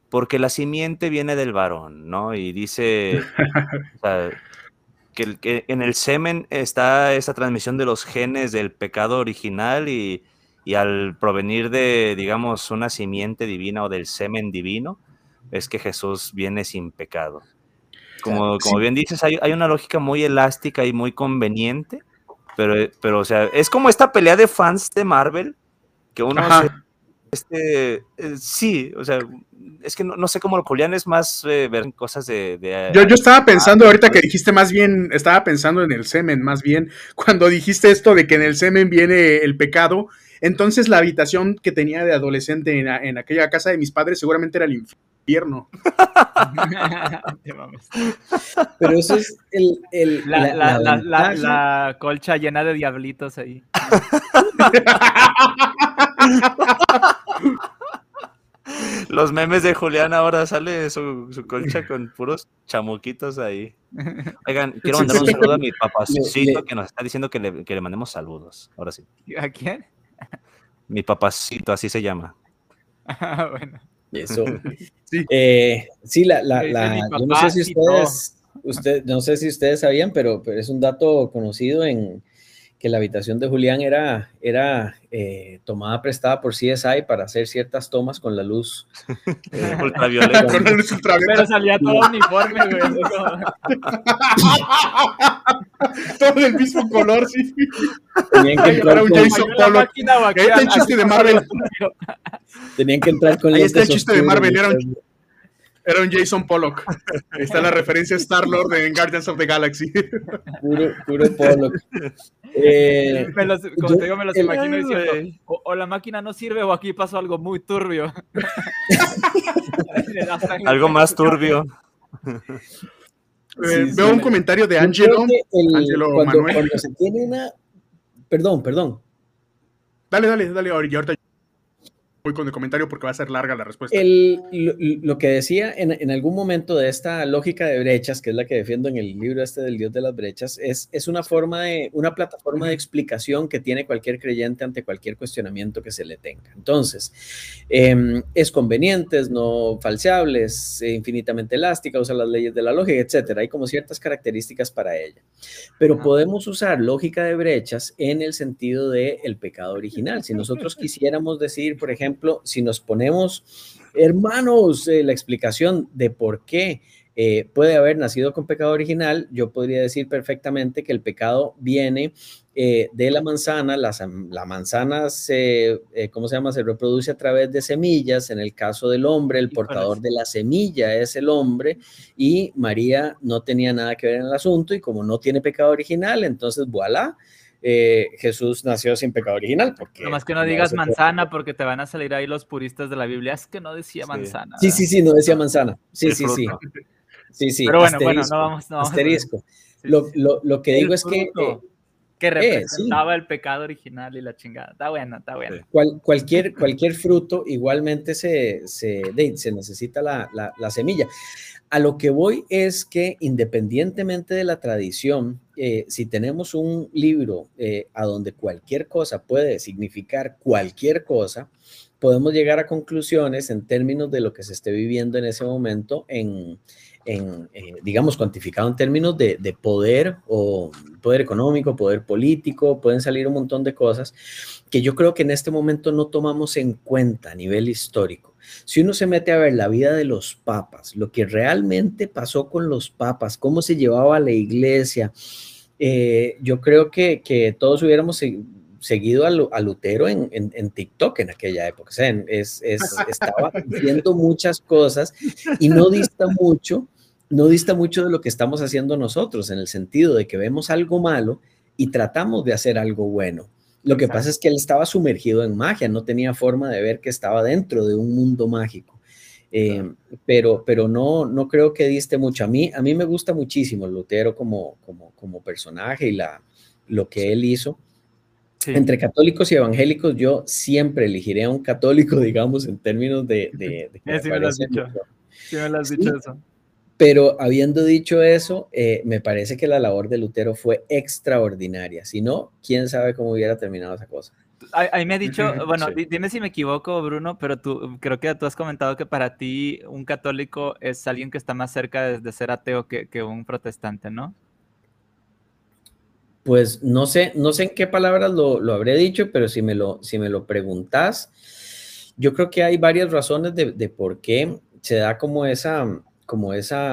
porque la simiente viene del varón, ¿no? Y dice o sea, que en el semen está esa transmisión de los genes del pecado original y al provenir de, digamos, una simiente divina o del semen divino, es que Jesús viene sin pecado. Como bien dices, hay una lógica muy elástica y muy conveniente, pero, o sea, es como esta pelea de fans de Marvel, que uno sí, o sea, es que no sé cómo Julián es más ver cosas de yo estaba pensando, ahorita que dijiste más bien, estaba pensando en el semen, más bien, cuando dijiste esto de que en el semen viene el pecado, entonces la habitación que tenía de adolescente en aquella casa de mis padres seguramente era el infierno. Pero eso es la colcha llena de diablitos ahí. Los memes de Julián ahora sale su colcha con puros chamuquitos ahí. Oigan, quiero mandar un saludo a mi papacito que nos está diciendo que le mandemos saludos. Ahora sí. ¿A quién? Mi papacito, así se llama. Bueno. Eso. Sí, sí, yo no sé si no sé si ustedes sabían, pero es un dato conocido que la habitación de Julián era tomada prestada por CSI para hacer ciertas tomas con la luz ultravioleta. Con la luz ultravioleta. Pero salía todo uniforme, güey. Todo del mismo color, sí. Tenían que entrar un Jason Pollock. Ahí está el chiste de Marvel. Tenían que entrar con ahí está el chiste de Marvel, oscuros. era un Jason Pollock. Ahí está la referencia a Star-Lord en Guardians of the Galaxy. Puro Pollock. Como te digo, me los imagino diciendo, o la máquina no sirve o aquí pasó algo muy turbio. Algo más turbio. Veo un comentario de Angelo. Manuel. Cuando se tiene una... Perdón. Dale, ahorita voy con el comentario porque va a ser larga la respuesta. Lo que decía en algún momento de esta lógica de brechas, que es la que defiendo en el libro del Dios de las brechas, es una plataforma de explicación que tiene cualquier creyente ante cualquier cuestionamiento que se le tenga. Entonces, es conveniente, es no falseable, es infinitamente elástica, usa las leyes de la lógica, etcétera. Hay como ciertas características para ella. Pero podemos usar lógica de brechas en el sentido del pecado original. Si nosotros quisiéramos decir, por ejemplo, si nos ponemos, hermanos, la explicación de por qué puede haber nacido con pecado original, yo podría decir perfectamente que el pecado viene de la manzana. La manzana se reproduce a través de semillas. En el caso del hombre, el portador de la semilla es el hombre, y María no tenía nada que ver en el asunto, y como no tiene pecado original, entonces voilà. Jesús nació sin pecado original. Nomás que no digas manzana, porque te van a salir ahí los puristas de la Biblia. Es que no decía manzana. Sí, no decía manzana. Sí. Pero bueno, no vamos. Asterisco. Lo que digo es que representaba el pecado original y la chingada. Está bueno. Cualquier fruto igualmente se necesita la semilla. A lo que voy es que, independientemente de la tradición, si tenemos un libro a donde cualquier cosa puede significar cualquier cosa, podemos llegar a conclusiones en términos de lo que se esté viviendo en ese momento, digamos, cuantificado en términos de poder, o poder económico, poder político. Pueden salir un montón de cosas que yo creo que en este momento no tomamos en cuenta a nivel histórico. Si uno se mete a ver la vida de los papas, lo que realmente pasó con los papas, cómo se llevaba la iglesia, yo creo que todos hubiéramos seguido a Lutero en TikTok en aquella época. O sea, estaba viendo muchas cosas y no dista mucho de lo que estamos haciendo nosotros, en el sentido de que vemos algo malo y tratamos de hacer algo bueno. Lo que pasa es que él estaba sumergido en magia, no tenía forma de ver que estaba dentro de un mundo mágico. Pero no creo que diste mucho. A mí me gusta muchísimo Lutero como personaje y lo que él hizo. Sí. Entre católicos y evangélicos, yo siempre elegiré a un católico, digamos, en términos de sí me lo has dicho. Sí me lo has dicho eso. Pero habiendo dicho eso, me parece que la labor de Lutero fue extraordinaria. Si no, quién sabe cómo hubiera terminado esa cosa. Ahí me ha dicho, Ujú, bueno, Sí. dime si me equivoco, Bruno, pero creo que tú has comentado que para ti un católico es alguien que está más cerca de ser ateo que un protestante, ¿no? Pues no sé en qué palabras lo habré dicho, pero si me lo preguntas, yo creo que hay varias razones de por qué se da como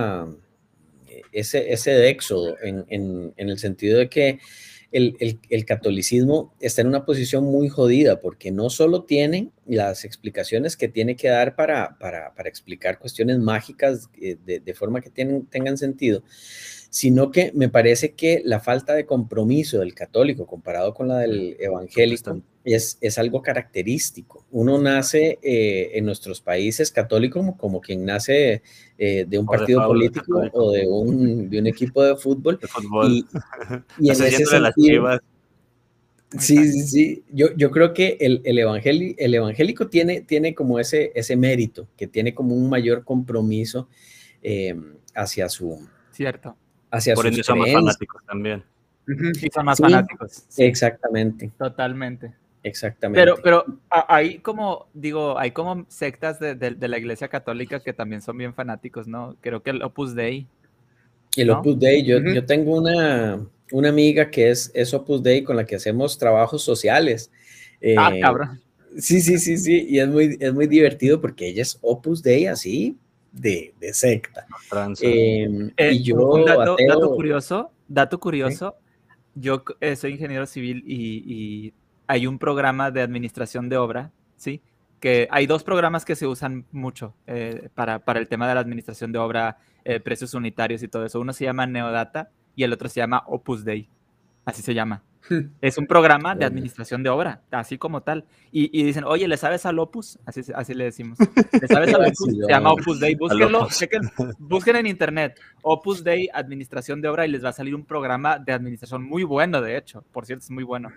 ese éxodo en el sentido de que el catolicismo está en una posición muy jodida porque no solo tiene las explicaciones que tiene que dar para explicar cuestiones mágicas de forma que tengan sentido, sino que me parece que la falta de compromiso del católico comparado con la del evangélico Protestante. es algo característico. Uno nace en nuestros países católico como quien nace de un Por partido default, político católico. o de un equipo de fútbol De fútbol. y, y en Haces ese yéndole a las sentido, Chivas. sí, Exacto. sí, sí, yo creo que el evangélico tiene como ese mérito, que tiene como un mayor compromiso eh, hacia, Cierto. hacia Por sus ende son más creencias. fanáticos también. ujú. Sí, son más Sí, fanáticos, sí, exactamente, totalmente. exactamente. Pero hay como, digo, hay como sectas de la Iglesia Católica que también son bien fanáticos, ¿no? Creo que el Opus Dei, El ¿no? Opus Dei, Ujú. yo tengo una amiga que es Opus Dei con la que hacemos trabajos sociales. Ah, Eh, cabrón. sí, sí, sí, sí, y es muy divertido porque ella es Opus Dei así de secta. Tranza. Y Un yo ateo, dato ¿sí? curioso, yo soy ingeniero civil y hay un programa de administración de obra, ¿sí? Que hay dos programas que se usan mucho para el tema de la administración de obra, precios unitarios y todo eso. Uno se llama Neodata y el otro se llama Opus Dei, así se llama. Es un programa de Bueno, administración de obra, así como tal. Y dicen, oye, ¿le sabes al Opus? Así le decimos. ¿Le sabes qué al Opus? Se llama vacilón. Opus Dei. Al Búsquenlo, Opus. chequen, busquen en internet Opus Dei Administración de Obra y les va a salir un programa de administración muy bueno, de hecho. Por cierto, es muy bueno.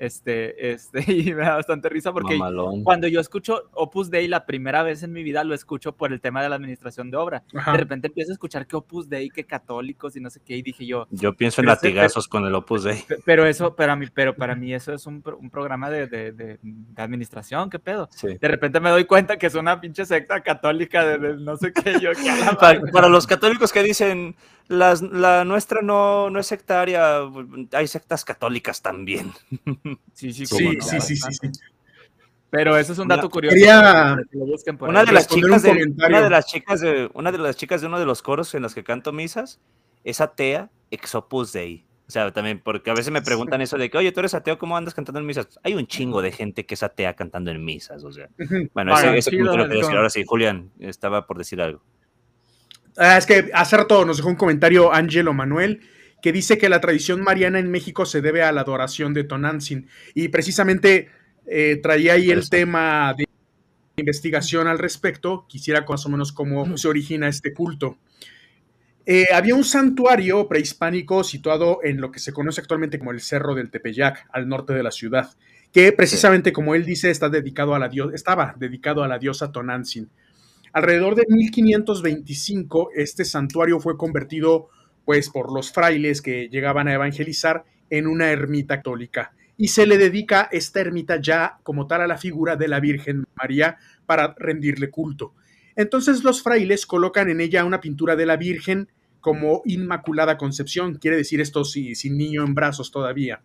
Y me da bastante risa porque Mamalón. cuando yo escucho Opus Dei la primera vez en mi vida lo escucho por el tema de la administración de obra. De Ajá. repente empiezo a escuchar que Opus Dei, que católicos y no sé qué, y dije yo, Yo pienso en pero, latigazos con el Opus Dei. pero para mí eso es un programa de administración, ¿qué pedo? Sí. De repente me doy cuenta que es una pinche secta católica de no sé qué, yo que a la madre. Para los católicos que dicen la nuestra no es sectaria, hay sectas católicas también. Sí, sí, ¿Cómo cómo Sí, no, no? sí, sí, sí, sí. bastante. Pero eso es un Una, dato curioso Quería para que lo busquen por una ahí. de las responder un chicas comentario. una de las chicas de uno de los coros en los que canto misas es atea ex Opus Dei. O sea, también, porque a veces me preguntan eso de que, oye, tú eres ateo, ¿cómo andas cantando en misas? Hay un chingo de gente que es atea cantando en misas, o sea. Ujú. Bueno, Pagan ese chido, comentario lo es quería decir. como, Ahora sí, Julián, estaba por decir algo. Es que hace rato nos dejó un comentario Ángelo Manuel que dice que la tradición mariana en México se debe a la adoración de Tonantzin. Y precisamente traía ahí el Interesante. tema de investigación al respecto. Quisiera más o menos cómo se origina este culto. Había un santuario prehispánico situado en lo que se conoce actualmente como el Cerro del Tepeyac, al norte de la ciudad, que Sí. precisamente, como él dice, estaba dedicado a la diosa Tonantzin. Alrededor de 1525, este santuario fue convertido, pues, por los frailes que llegaban a evangelizar en una ermita católica. Y se le dedica esta ermita ya como tal a la figura de la Virgen María para rendirle culto. Entonces los frailes colocan en ella una pintura de la Virgen como Inmaculada Concepción, quiere decir esto sin niño en brazos todavía.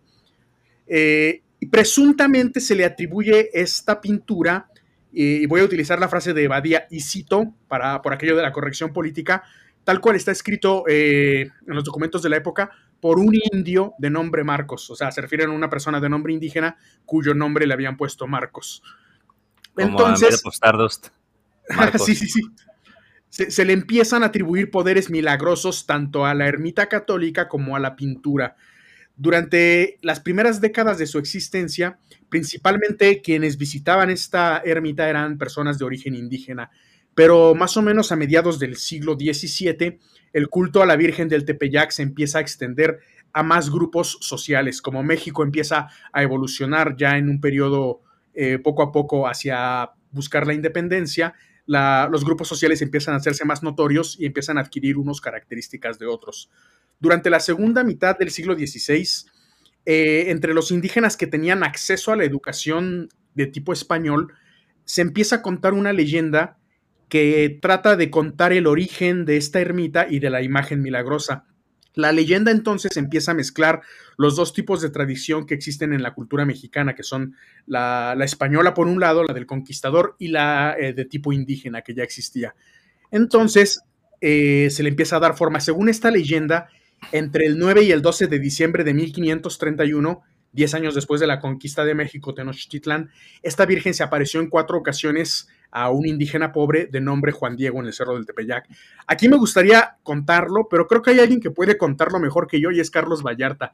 Y presuntamente se le atribuye esta pintura, y voy a utilizar la frase de Badía y cito por aquello de la corrección política, tal cual está escrito en los documentos de la época, por un indio de nombre Marcos. O sea, se refieren a una persona de nombre indígena cuyo nombre le habían puesto Marcos. Como a Made Entonces, of Stardust, sí, Marcos. sí, sí. Se le empiezan a atribuir poderes milagrosos tanto a la ermita católica como a la pintura. Durante las primeras décadas de su existencia, principalmente quienes visitaban esta ermita eran personas de origen indígena, pero más o menos a mediados del siglo XVII, el culto a la Virgen del Tepeyac se empieza a extender a más grupos sociales, como México empieza a evolucionar ya en un periodo poco a poco hacia buscar la independencia. Los grupos sociales empiezan a hacerse más notorios y empiezan a adquirir unas características de otros. Durante la segunda mitad del siglo XVI, entre los indígenas que tenían acceso a la educación de tipo español, se empieza a contar una leyenda que trata de contar el origen de esta ermita y de la imagen milagrosa. La leyenda entonces empieza a mezclar los dos tipos de tradición que existen en la cultura mexicana, que son la española por un lado, la del conquistador, y la de tipo indígena que ya existía. Entonces se le empieza a dar forma. Según esta leyenda, entre el 9 y el 12 de diciembre de 1531, 10 años después de la conquista de México, Tenochtitlán, esta virgen se apareció en 4 ocasiones a un indígena pobre de nombre Juan Diego en el Cerro del Tepeyac. Aquí me gustaría contarlo, pero creo que hay alguien que puede contarlo mejor que yo y es Carlos Vallarta.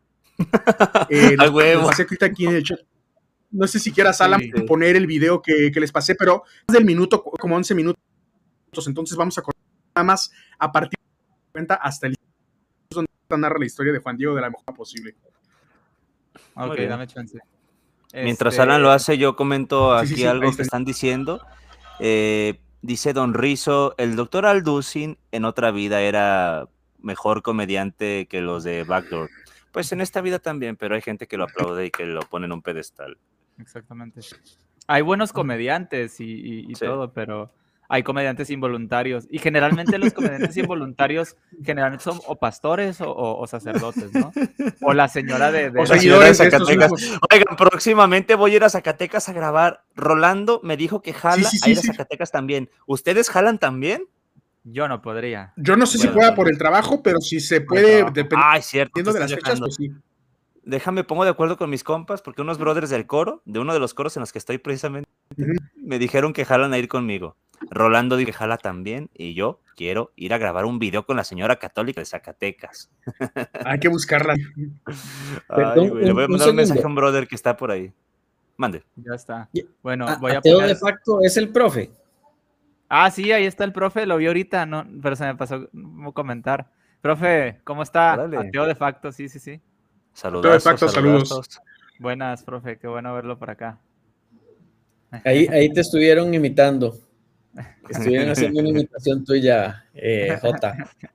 ¡A huevo! Pasé aquí en el chat. No sé si quieras, Alan, poner el video que les pasé, pero es del minuto, como 11 minutos. Entonces vamos a contar nada más a partir de cuenta hasta el donde narra la historia de Juan Diego de la mejor posible. Ok, dame chance. Mientras Alan lo hace, yo comento aquí algo que están diciendo. Dice Don Rizo, el doctor Alducin en otra vida era mejor comediante que los de Backdoor. Pues en esta vida también, pero hay gente que lo aplaude y que lo pone en un pedestal. Exactamente. Hay buenos comediantes y sí, todo, pero hay comediantes involuntarios. Y generalmente los comediantes involuntarios generalmente son o pastores o sacerdotes, ¿no? O la señora de o seguidores de Zacatecas. Oigan, próximamente voy a ir a Zacatecas a grabar. Rolando me dijo que jala a ir a Zacatecas también. ¿Ustedes jalan también? Yo no podría. Yo no sé si pueda por el trabajo, pero si se puede, dependiendo de las fechas, pues sí. Déjame, pongo de acuerdo con mis compas, porque unos brothers del coro, de uno de los coros en los que estoy precisamente, me dijeron que jalan a ir conmigo. Rolando dijo que jala también, y yo quiero ir a grabar un video con la señora católica de Zacatecas. Hay que buscarla. Ay, güey, le voy a mandar un mensaje a un brother que está por ahí. Mande. Ya está. Bueno, voy a poner... de facto es el profe. Ah, sí, ahí está el profe, lo vi ahorita, no, pero se me pasó comentar. Profe, ¿cómo está? Ateo de facto, sí. Saludos. Buenas, profe, qué bueno verlo por acá. Ahí te estuvieron imitando. Estuvieron haciendo una imitación tuya, Jota.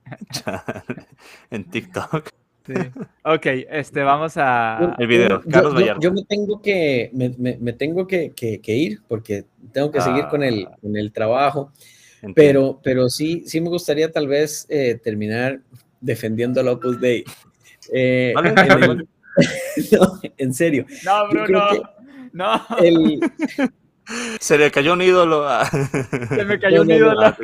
En TikTok. Sí. Ok, vamos a... El video, Carlos Vallarta. Yo me tengo que ir porque tengo que seguir con el trabajo. Pero sí me gustaría tal vez terminar defendiendo el Opus Dei. ¿Vale? No, en serio. No, Bruno, no. Se le cayó un ídolo. Se me cayó un ídolo.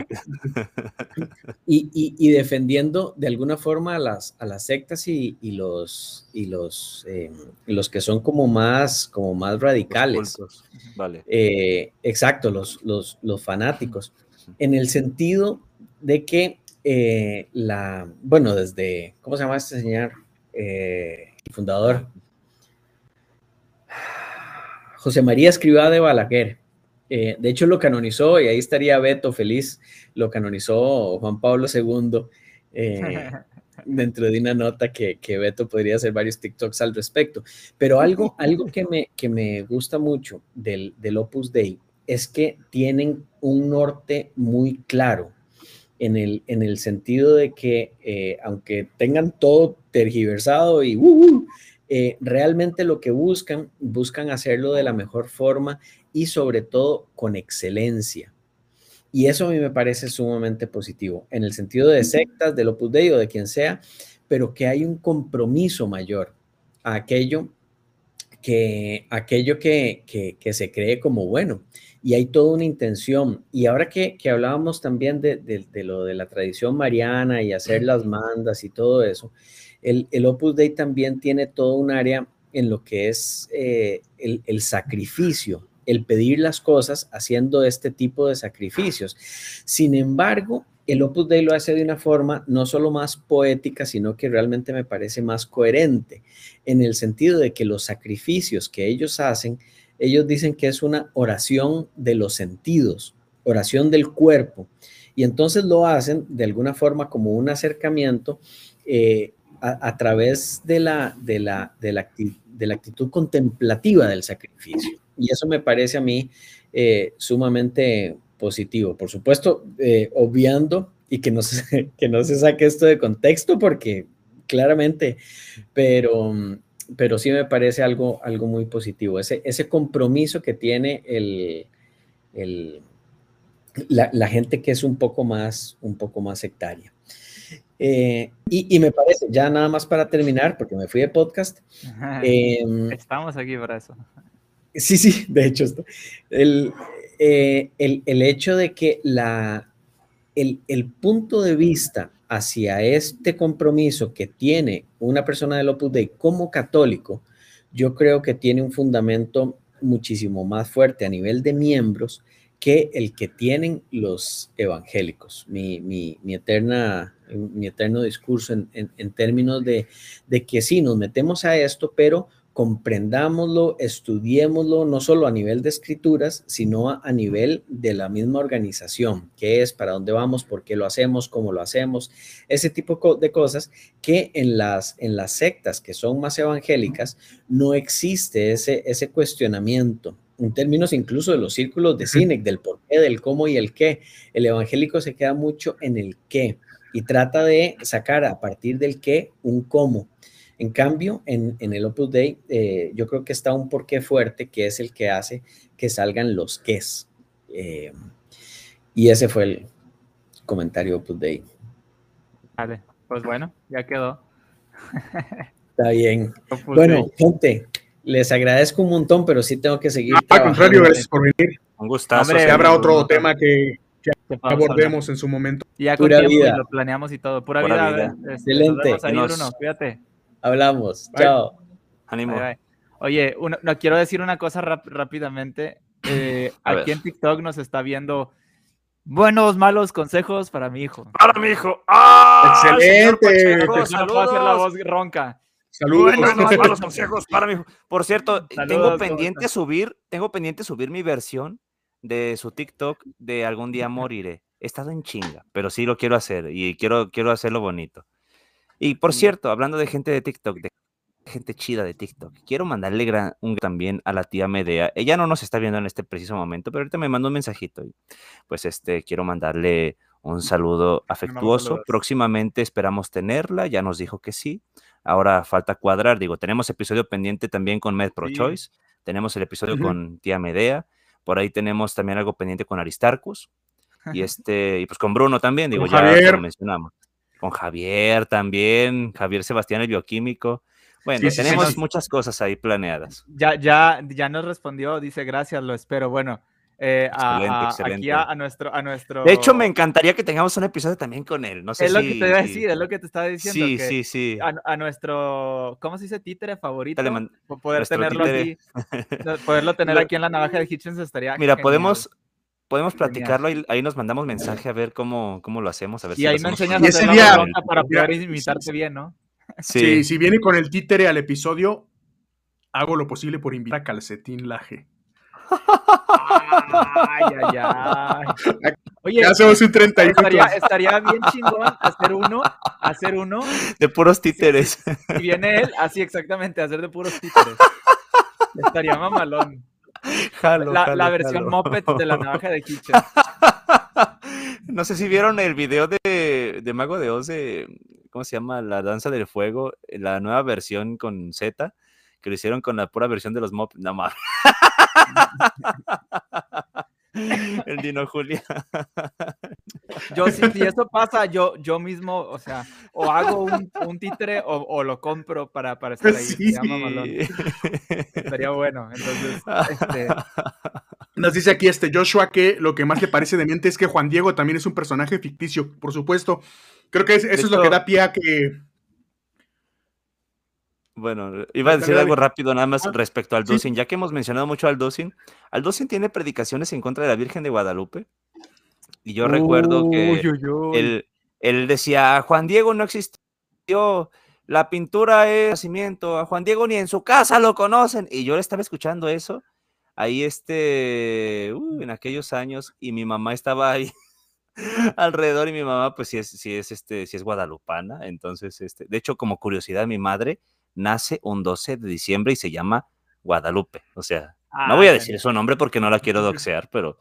Y defendiendo de alguna forma a las sectas y los que son como más radicales. Vale. Exacto, los fanáticos. En el sentido de que desde, ¿cómo se llama este señor? Fundador. José María Escrivá de Balaguer. De hecho, lo canonizó, y ahí estaría Beto feliz, lo canonizó Juan Pablo II, dentro de una nota que Beto podría hacer varios TikToks al respecto. Pero algo que me gusta mucho del Opus Dei es que tienen un norte muy claro, en el sentido de que aunque tengan todo tergiversado y realmente lo que buscan hacerlo de la mejor forma y sobre todo con excelencia. Y eso a mí me parece sumamente positivo, en el sentido de sectas, del Opus Dei o de quien sea, pero que hay un compromiso mayor a aquello que se cree como bueno. Y hay toda una intención. Y ahora que hablábamos también de lo de la tradición mariana y hacer las mandas y todo eso, el Opus Dei también tiene todo un área en lo que es el sacrificio, el pedir las cosas haciendo este tipo de sacrificios. Sin embargo, el Opus Dei lo hace de una forma no solo más poética, sino que realmente me parece más coherente, en el sentido de que los sacrificios que ellos hacen, ellos dicen que es una oración de los sentidos, oración del cuerpo, y entonces lo hacen de alguna forma como un acercamiento a través de la actitud contemplativa del sacrificio. Y eso me parece a mí sumamente positivo. Por supuesto, obviando y que no se saque esto de contexto, porque claramente, pero pero sí me parece algo muy positivo. Ese compromiso que tiene la gente que es un poco más sectaria. Y me parece, ya nada más para terminar, porque me fui de podcast. Estamos aquí para eso. Sí, de hecho, el hecho de que el punto de vista hacia este compromiso que tiene una persona del Opus Dei como católico, yo creo que tiene un fundamento muchísimo más fuerte a nivel de miembros que el que tienen los evangélicos. Mi eterno discurso en términos de que sí, nos metemos a esto, pero comprendámoslo, estudiémoslo, no solo a nivel de escrituras, sino a nivel de la misma organización, qué es, para dónde vamos, por qué lo hacemos, cómo lo hacemos, ese tipo de cosas que en las sectas que son más evangélicas no existe ese cuestionamiento. En términos incluso de los círculos de Sinek, del por qué, del cómo y el qué. El evangélico se queda mucho en el qué y trata de sacar a partir del qué un cómo. En cambio, en el Opus Dei, yo creo que está un porqué fuerte, que es el que hace que salgan los qués. Y ese fue el comentario Opus Dei. Vale, pues bueno, ya quedó. Está bien. Opus Bueno, Dei. gente, les agradezco un montón, pero sí tengo que seguir Al trabajando. contrario, gracias por venir. Un gustazo. Hombre, Habrá otro nota. tema que podamos abordemos hablar. en su momento. Y ya con Pura tiempo vida. y lo planeamos y todo. Pura Pura vida. vida. A ver, Excelente. nos vemos ahí, Y Bruno. Cuídate. Hablamos. Bye. Chao. Ánimo. Bye, bye. Oye, no quiero decir una cosa rápidamente. A Aquí ver. en TikTok nos está viendo buenos, malos consejos para mi hijo. Para mi hijo. ¡Ah! Excelente. Señor Pacheco, No puedo hacer la saludos. voz ronca. Saludos. Buenos, malos consejos para mi hijo. Por cierto, Saludos, tengo ¿cómo pendiente estás? subir mi versión de su TikTok de Algún día moriré. He estado en chinga, pero sí lo quiero hacer y quiero hacerlo bonito. Y por cierto, hablando de gente de TikTok, de gente chida de TikTok, quiero mandarle un también a la tía Medea. Ella no nos está viendo en este preciso momento, pero ahorita me mandó un mensajito. Y pues quiero mandarle un saludo afectuoso. saludos. Próximamente esperamos tenerla, ya nos dijo que sí. Ahora falta cuadrar, tenemos episodio pendiente también con Med Pro Sí. Choice, tenemos el episodio con tía Medea, por ahí tenemos también algo pendiente con Aristarchus, y y pues con Bruno también, Con ya Javier. lo mencionamos. Con Javier también, Javier Sebastián, el bioquímico. Bueno, Sí, tenemos sí. muchas cosas ahí planeadas. Ya nos respondió, dice gracias, lo espero. Bueno, Excelente. aquí a nuestro. De hecho, me encantaría que tengamos un episodio también con él. No sé Es si. lo que te iba a decir, es lo que te estaba diciendo. Sí, que sí. A nuestro, ¿cómo se dice? Títere favorito. Poder nuestro tenerlo títere. aquí, poderlo tener aquí en la navaja de Hitchens estaría Mira, genial. podemos platicarlo y ahí nos mandamos mensaje a ver cómo lo hacemos. A ver Y si ahí lo me hacemos enseñas con- a Y hacer ese la día- bronca para mira, poder imitarte bien, ¿no? Sí, si viene con el títere al episodio, hago lo posible por invitar a Calcetín Laje. Ay. Oye, Ya hacemos un 31. estaría bien chingón hacer uno. De puros títeres. Si viene él, así exactamente, hacer de puros títeres. Estaría mamalón. La versión Muppet de la navaja de Hitchens. No sé si vieron el video de Mago de Oz ¿cómo se llama? La danza del fuego, la nueva versión con Z, que lo hicieron con la pura versión de los Muppets. No mames. El Dino Julia. Si eso pasa, yo mismo, o sea, o hago un títere o lo compro para estar ahí. Sí. Se llama Malón. Estaría bueno. Entonces, Nos dice aquí Joshua que lo que más le parece demente es que Juan Diego también es un personaje ficticio, por supuesto. Creo que eso es lo que da pie a que... Bueno, iba a decir algo rápido nada más respecto al Sí. Dusin. Ya que hemos mencionado mucho al Dusin tiene predicaciones en contra de la Virgen de Guadalupe. Y yo recuerdo que él decía, Juan Diego no existió, la pintura es nacimiento, a Juan Diego ni en su casa lo conocen. Y yo estaba escuchando eso ahí en aquellos años, y mi mamá estaba ahí alrededor, y mi mamá pues sí es guadalupana. Entonces, de hecho, como curiosidad, mi madre nace un 12 de diciembre y se llama Guadalupe, o sea, no voy a decir su nombre porque no la quiero doxear, pero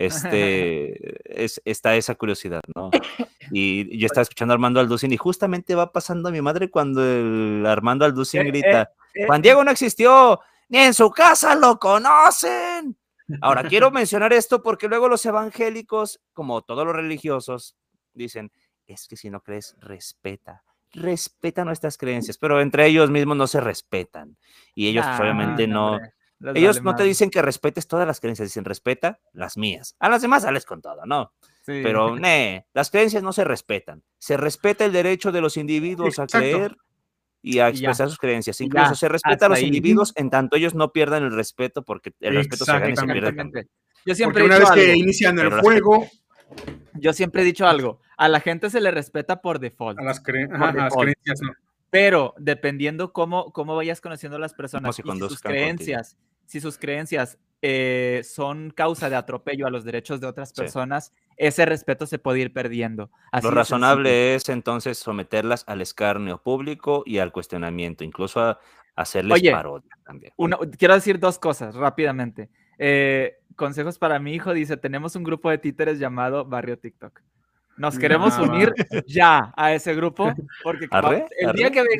está esa curiosidad, ¿no? Y yo estaba escuchando a Armando Alducin y justamente va pasando a mi madre cuando el Armando Alducin grita, Juan Diego no existió, ni en su casa lo conocen. Ahora, quiero mencionar esto porque luego los evangélicos, como todos los religiosos, dicen, es que si no crees, respeta nuestras creencias, pero entre ellos mismos no se respetan. Y ellos pues, obviamente no... Ellos no te dicen que respetes todas las creencias, dicen respeta las mías. A las demás sales con todo, ¿no? Sí. Pero las creencias no se respetan. Se respeta el derecho de los individuos a creer y a expresar sus creencias. Incluso se respeta a los individuos en tanto ellos no pierdan el respeto, porque el respeto se gana y se pierde también. Yo siempre porque una vez que inician el fuego... Yo siempre he dicho algo, a la gente se le respeta por default. A las creencias no. Pero dependiendo cómo vayas conociendo a las personas y si sus creencias son causa de atropello a los derechos de otras personas, ese respeto se puede ir perdiendo. Así lo razonable es entonces someterlas al escarnio público y al cuestionamiento, incluso a hacerles parodia también. Quiero decir dos cosas rápidamente. Consejos para mi hijo, dice, tenemos un grupo de títeres llamado Barrio TikTok. Nos queremos unir ya a ese grupo, porque el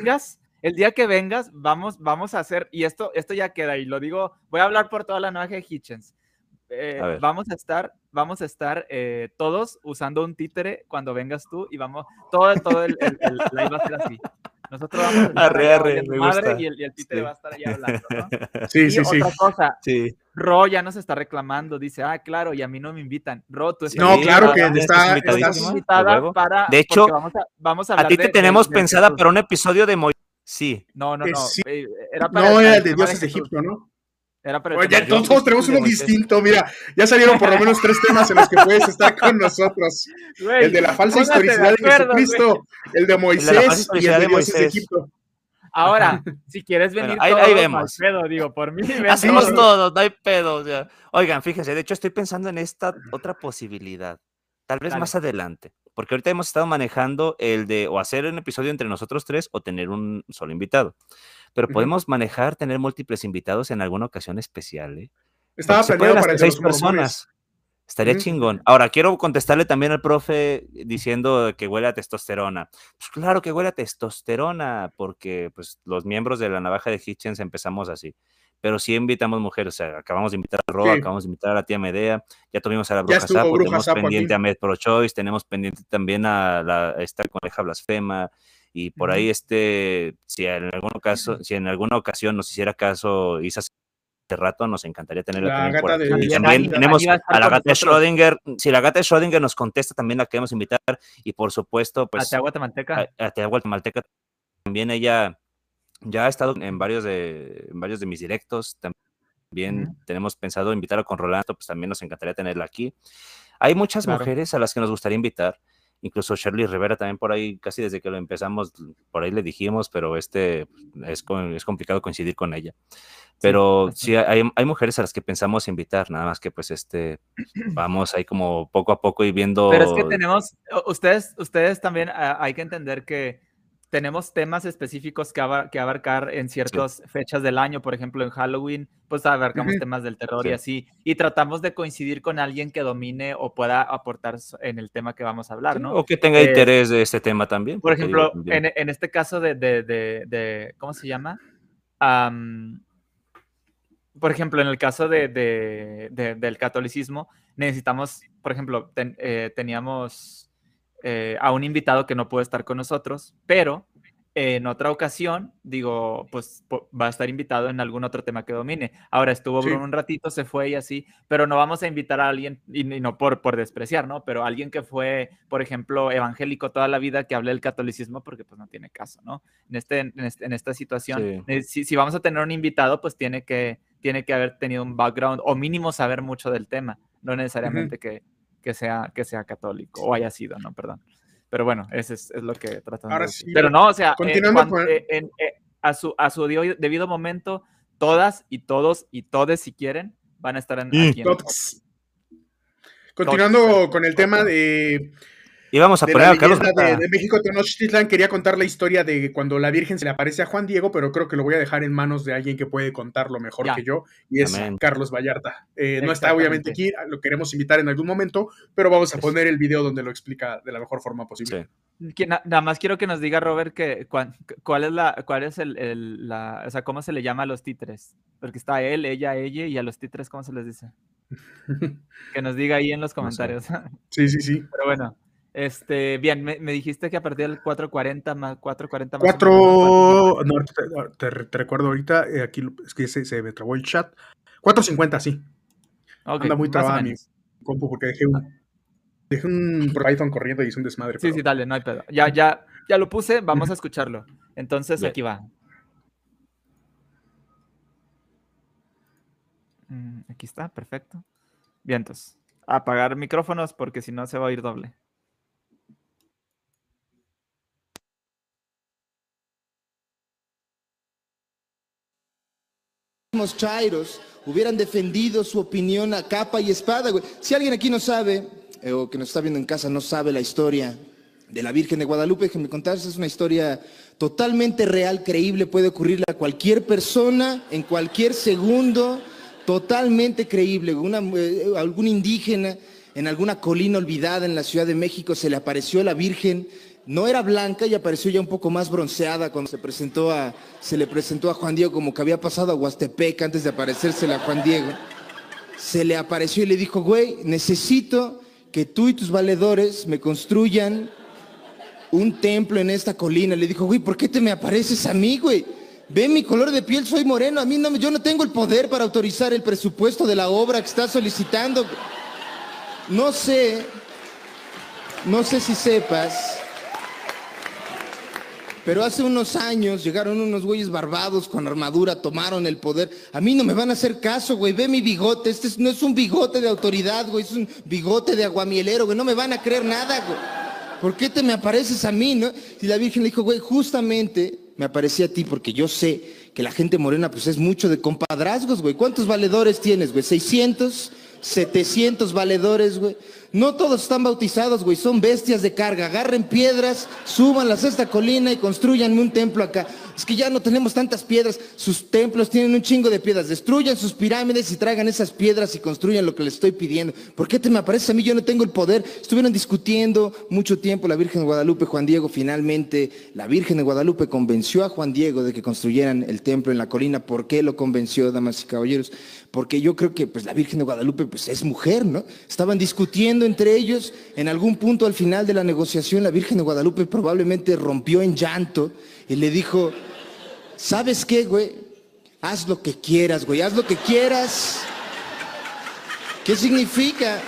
día que vengas, vamos a hacer, y esto ya queda, y lo digo, voy a hablar por toda la navaja de Hitchens. Vamos a estar todos usando un títere cuando vengas tú, y todo el live va a ser así. Nosotros vamos a estar me gusta. Y el títere va a estar ahí hablando, ¿no? Sí, otra cosa, Ro ya nos está reclamando, dice, claro, y a mí no me invitan. Ro, tú estás claro que estás invitada para... De hecho, vamos a hablar a ti te tenemos pensada para un episodio de Moisés. Sí. No. Sí. Era para era el de Dioses de Egipto, ¿no? Era para Oye, todos tenemos uno distinto, mira, ya salieron por lo menos 3 temas en los que puedes estar con nosotros. Güey, el de la falsa historicidad de Jesucristo, el de Moisés y el de Dioses de Egipto. Ahora, si quieres venir ahí vemos. No hay pedo, digo, por mí. Hacemos todo, no hay pedo. O sea. Oigan, fíjense, de hecho estoy pensando en esta otra posibilidad, tal vez más adelante, porque ahorita hemos estado manejando el de o hacer un episodio entre nosotros 3 o tener un solo invitado. Pero podemos manejar, tener múltiples invitados en alguna ocasión especial, ¿eh? Estaba planeado para 6 personas. Estaría chingón. Ahora, quiero contestarle también al profe diciendo que huele a testosterona. Pues claro que huele a testosterona, porque pues, los miembros de la navaja de Hitchens empezamos así. Pero sí invitamos mujeres. O sea, acabamos de invitar a Roa, acabamos de invitar a la tía Medea, ya tuvimos a la Bruja Sapo, tenemos pendiente a Med Pro Choice, tenemos pendiente también a esta coneja blasfema. Y por ahí, si en alguna ocasión nos hiciera caso Isa rato, nos encantaría tenerla también por aquí. Y también tenemos a la gata de Schrödinger. Si la gata de Schrödinger nos contesta, también la queremos invitar. Y por supuesto, pues. A Tea Guatemalteca. A Tea Guatemalteca. También ella ya ha estado en varios de mis directos. También tenemos pensado invitarla con Rolando, pues también nos encantaría tenerla aquí. Hay muchas mujeres a las que nos gustaría invitar. Incluso Shirley Rivera también por ahí, casi desde que lo empezamos, por ahí le dijimos, pero es complicado coincidir con ella. Pero sí hay mujeres a las que pensamos invitar, nada más que pues vamos ahí como poco a poco y viendo... Pero es que tenemos, ustedes también hay que entender que tenemos temas específicos que abarcar en ciertas fechas del año. Por ejemplo, en Halloween, pues abarcamos temas del terror y así. Y tratamos de coincidir con alguien que domine o pueda aportar en el tema que vamos a hablar, ¿no? O que tenga interés de este tema también. Por ejemplo, en este caso de ¿cómo se llama? Por ejemplo, en el caso del catolicismo, necesitamos, por ejemplo, teníamos a un invitado que no puede estar con nosotros, pero en otra ocasión, digo, pues va a estar invitado en algún otro tema que domine. Ahora estuvo Bruno un ratito, se fue y así, pero no vamos a invitar a alguien, y no por despreciar, ¿no? Pero alguien que fue, por ejemplo, evangélico toda la vida, que hable del catolicismo, porque pues no tiene caso, ¿no? En esta situación, si vamos a tener un invitado, pues tiene que haber tenido un background, o mínimo saber mucho del tema, no necesariamente que sea católico, o haya sido, ¿no? Perdón. Pero bueno, eso es lo que tratamos de decir. Pero no, o sea, a su debido momento, todas y todos y todes, si quieren, van a estar aquí en el podcast. Continuando con el tema de Íbamos a de poner la a Carlos leyenda Mata. de México Tenochtitlan. Quería contar la historia de cuando la Virgen se le aparece a Juan Diego, pero creo que lo voy a dejar en manos de alguien que puede contarlo mejor Ya. que yo, y es Amén. Carlos Vallarta. No está obviamente aquí, lo queremos invitar en algún momento, pero vamos a poner el video donde lo explica de la mejor forma posible. Sí. Nada más quiero que nos diga, Robert, cuál es o sea, cómo se le llama a los títeres. Porque está él, ella, y a los títeres, ¿cómo se les dice? Que nos diga ahí en los comentarios. Sí, sí, sí. Pero bueno, bien, me dijiste que a partir del 4:40 más 4:40 más 4, no, te recuerdo ahorita, aquí es que se me trabó el chat. 4:50, sí. Okay, anda muy trabada mi menos. compu porque dejé un Python corriendo y hice un desmadre. Sí, pero... sí, dale, no hay pedo. Ya lo puse, vamos a escucharlo. Entonces, Bien. aquí va. Aquí está, perfecto. Bien, entonces, apagar micrófonos porque si no se va a oír doble. Los chairos hubieran defendido su opinión a capa y espada, güey. Si alguien aquí no sabe, o que nos está viendo en casa no sabe la historia de la Virgen de Guadalupe, déjenme contarles, es una historia totalmente real, creíble, puede ocurrirle a cualquier persona, en cualquier segundo, totalmente creíble. Algún indígena en alguna colina olvidada en la Ciudad de México se le apareció la Virgen. No era blanca y apareció ya un poco más bronceada cuando se le presentó a Juan Diego, como que había pasado a Huastepec antes de aparecérsela a Juan Diego. Se le apareció y le dijo, güey, necesito que tú y tus valedores me construyan un templo en esta colina. Le dijo, güey, ¿por qué te me apareces a mí, güey? Ve mi color de piel, soy moreno, yo no tengo el poder para autorizar el presupuesto de la obra que estás solicitando. No sé si sepas, pero hace unos años llegaron unos güeyes barbados con armadura, tomaron el poder. A mí no me van a hacer caso, güey. Ve mi bigote. No es un bigote de autoridad, güey. Es un bigote de aguamielero, güey. No me van a creer nada, güey. ¿Por qué te me apareces a mí, no? Y la Virgen le dijo, güey, justamente me aparecí a ti porque yo sé que la gente morena pues es mucho de compadrazgos, güey. ¿Cuántos valedores tienes, güey? 600, 700 valedores, güey. No todos están bautizados, güey, son bestias de carga. Agarren piedras, súbanlas a esta colina y construyanme un templo acá. Es que ya no tenemos tantas piedras, sus templos tienen un chingo de piedras. Destruyan sus pirámides y traigan esas piedras y construyan lo que les estoy pidiendo. ¿Por qué te me apareces a mí? Yo no tengo el poder. Estuvieron discutiendo mucho tiempo la Virgen de Guadalupe, Juan Diego. Finalmente, la Virgen de Guadalupe convenció a Juan Diego de que construyeran el templo en la colina. ¿Por qué lo convenció, damas y caballeros? Porque yo creo que pues, la Virgen de Guadalupe pues, es mujer, ¿no? Estaban discutiendo entre ellos. En algún punto al final de la negociación, la Virgen de Guadalupe probablemente rompió en llanto y le dijo, ¿sabes qué, güey? Haz lo que quieras, güey, haz lo que quieras. ¿Qué significa?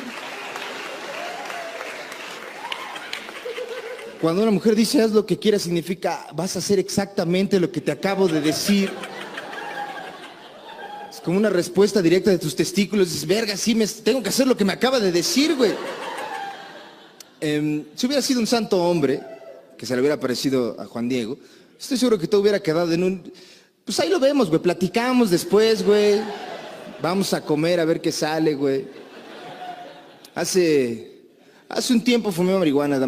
Cuando una mujer dice haz lo que quieras, significa vas a hacer exactamente lo que te acabo de decir. Como una respuesta directa de tus testículos. Dices, verga, sí, tengo que hacer lo que me acaba de decir, güey. Si hubiera sido un santo hombre, que se le hubiera parecido a Juan Diego, estoy seguro que todo hubiera quedado en un... Pues ahí lo vemos, güey, platicamos después, güey. Vamos a comer a ver qué sale, güey. Hace un tiempo fumé marihuana.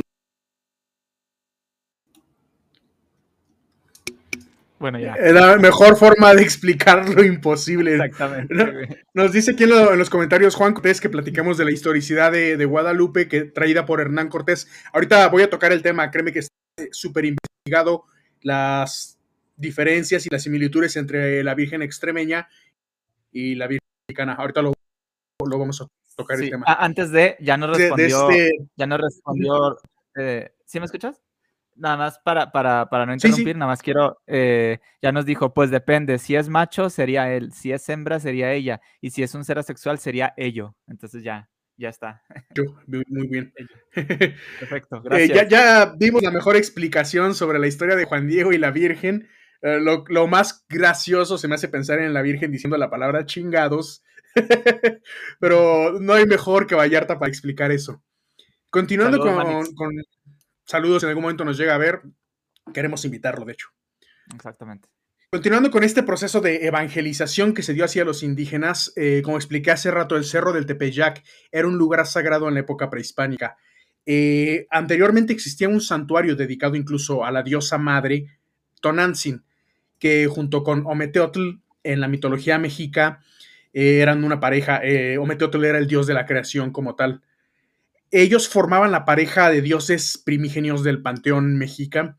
Bueno, ya. La mejor forma de explicar lo imposible. Exactamente. Nos dice aquí en los comentarios Juan Cortés que platiquemos de la historicidad de Guadalupe, traída por Hernán Cortés. Ahorita voy a tocar el tema, créeme que está súper investigado las diferencias y las similitudes entre la Virgen extremeña y la Virgen mexicana. Ahorita lo vamos a tocar el tema. Antes ya nos respondió, ¿sí me escuchas? Nada más para no interrumpir, sí. Nada más quiero, ya nos dijo, pues depende, si es macho sería él, si es hembra sería ella, y si es un ser asexual sería ello. Entonces ya está. Muy bien. Perfecto, gracias. Ya vimos la mejor explicación sobre la historia de Juan Diego y la Virgen. Lo más gracioso se me hace pensar en la Virgen diciendo la palabra chingados, pero no hay mejor que Vallarta para explicar eso. Continuando con saludos, en algún momento nos llega a ver, queremos invitarlo, de hecho. Exactamente. Continuando con este proceso de evangelización que se dio hacia los indígenas, como expliqué hace rato, el Cerro del Tepeyac era un lugar sagrado en la época prehispánica. Anteriormente existía un santuario dedicado incluso a la diosa madre Tonantzin, que junto con Ometeotl en la mitología mexica eran una pareja. Ometeotl era el dios de la creación como tal. Ellos formaban la pareja de dioses primigenios del panteón mexica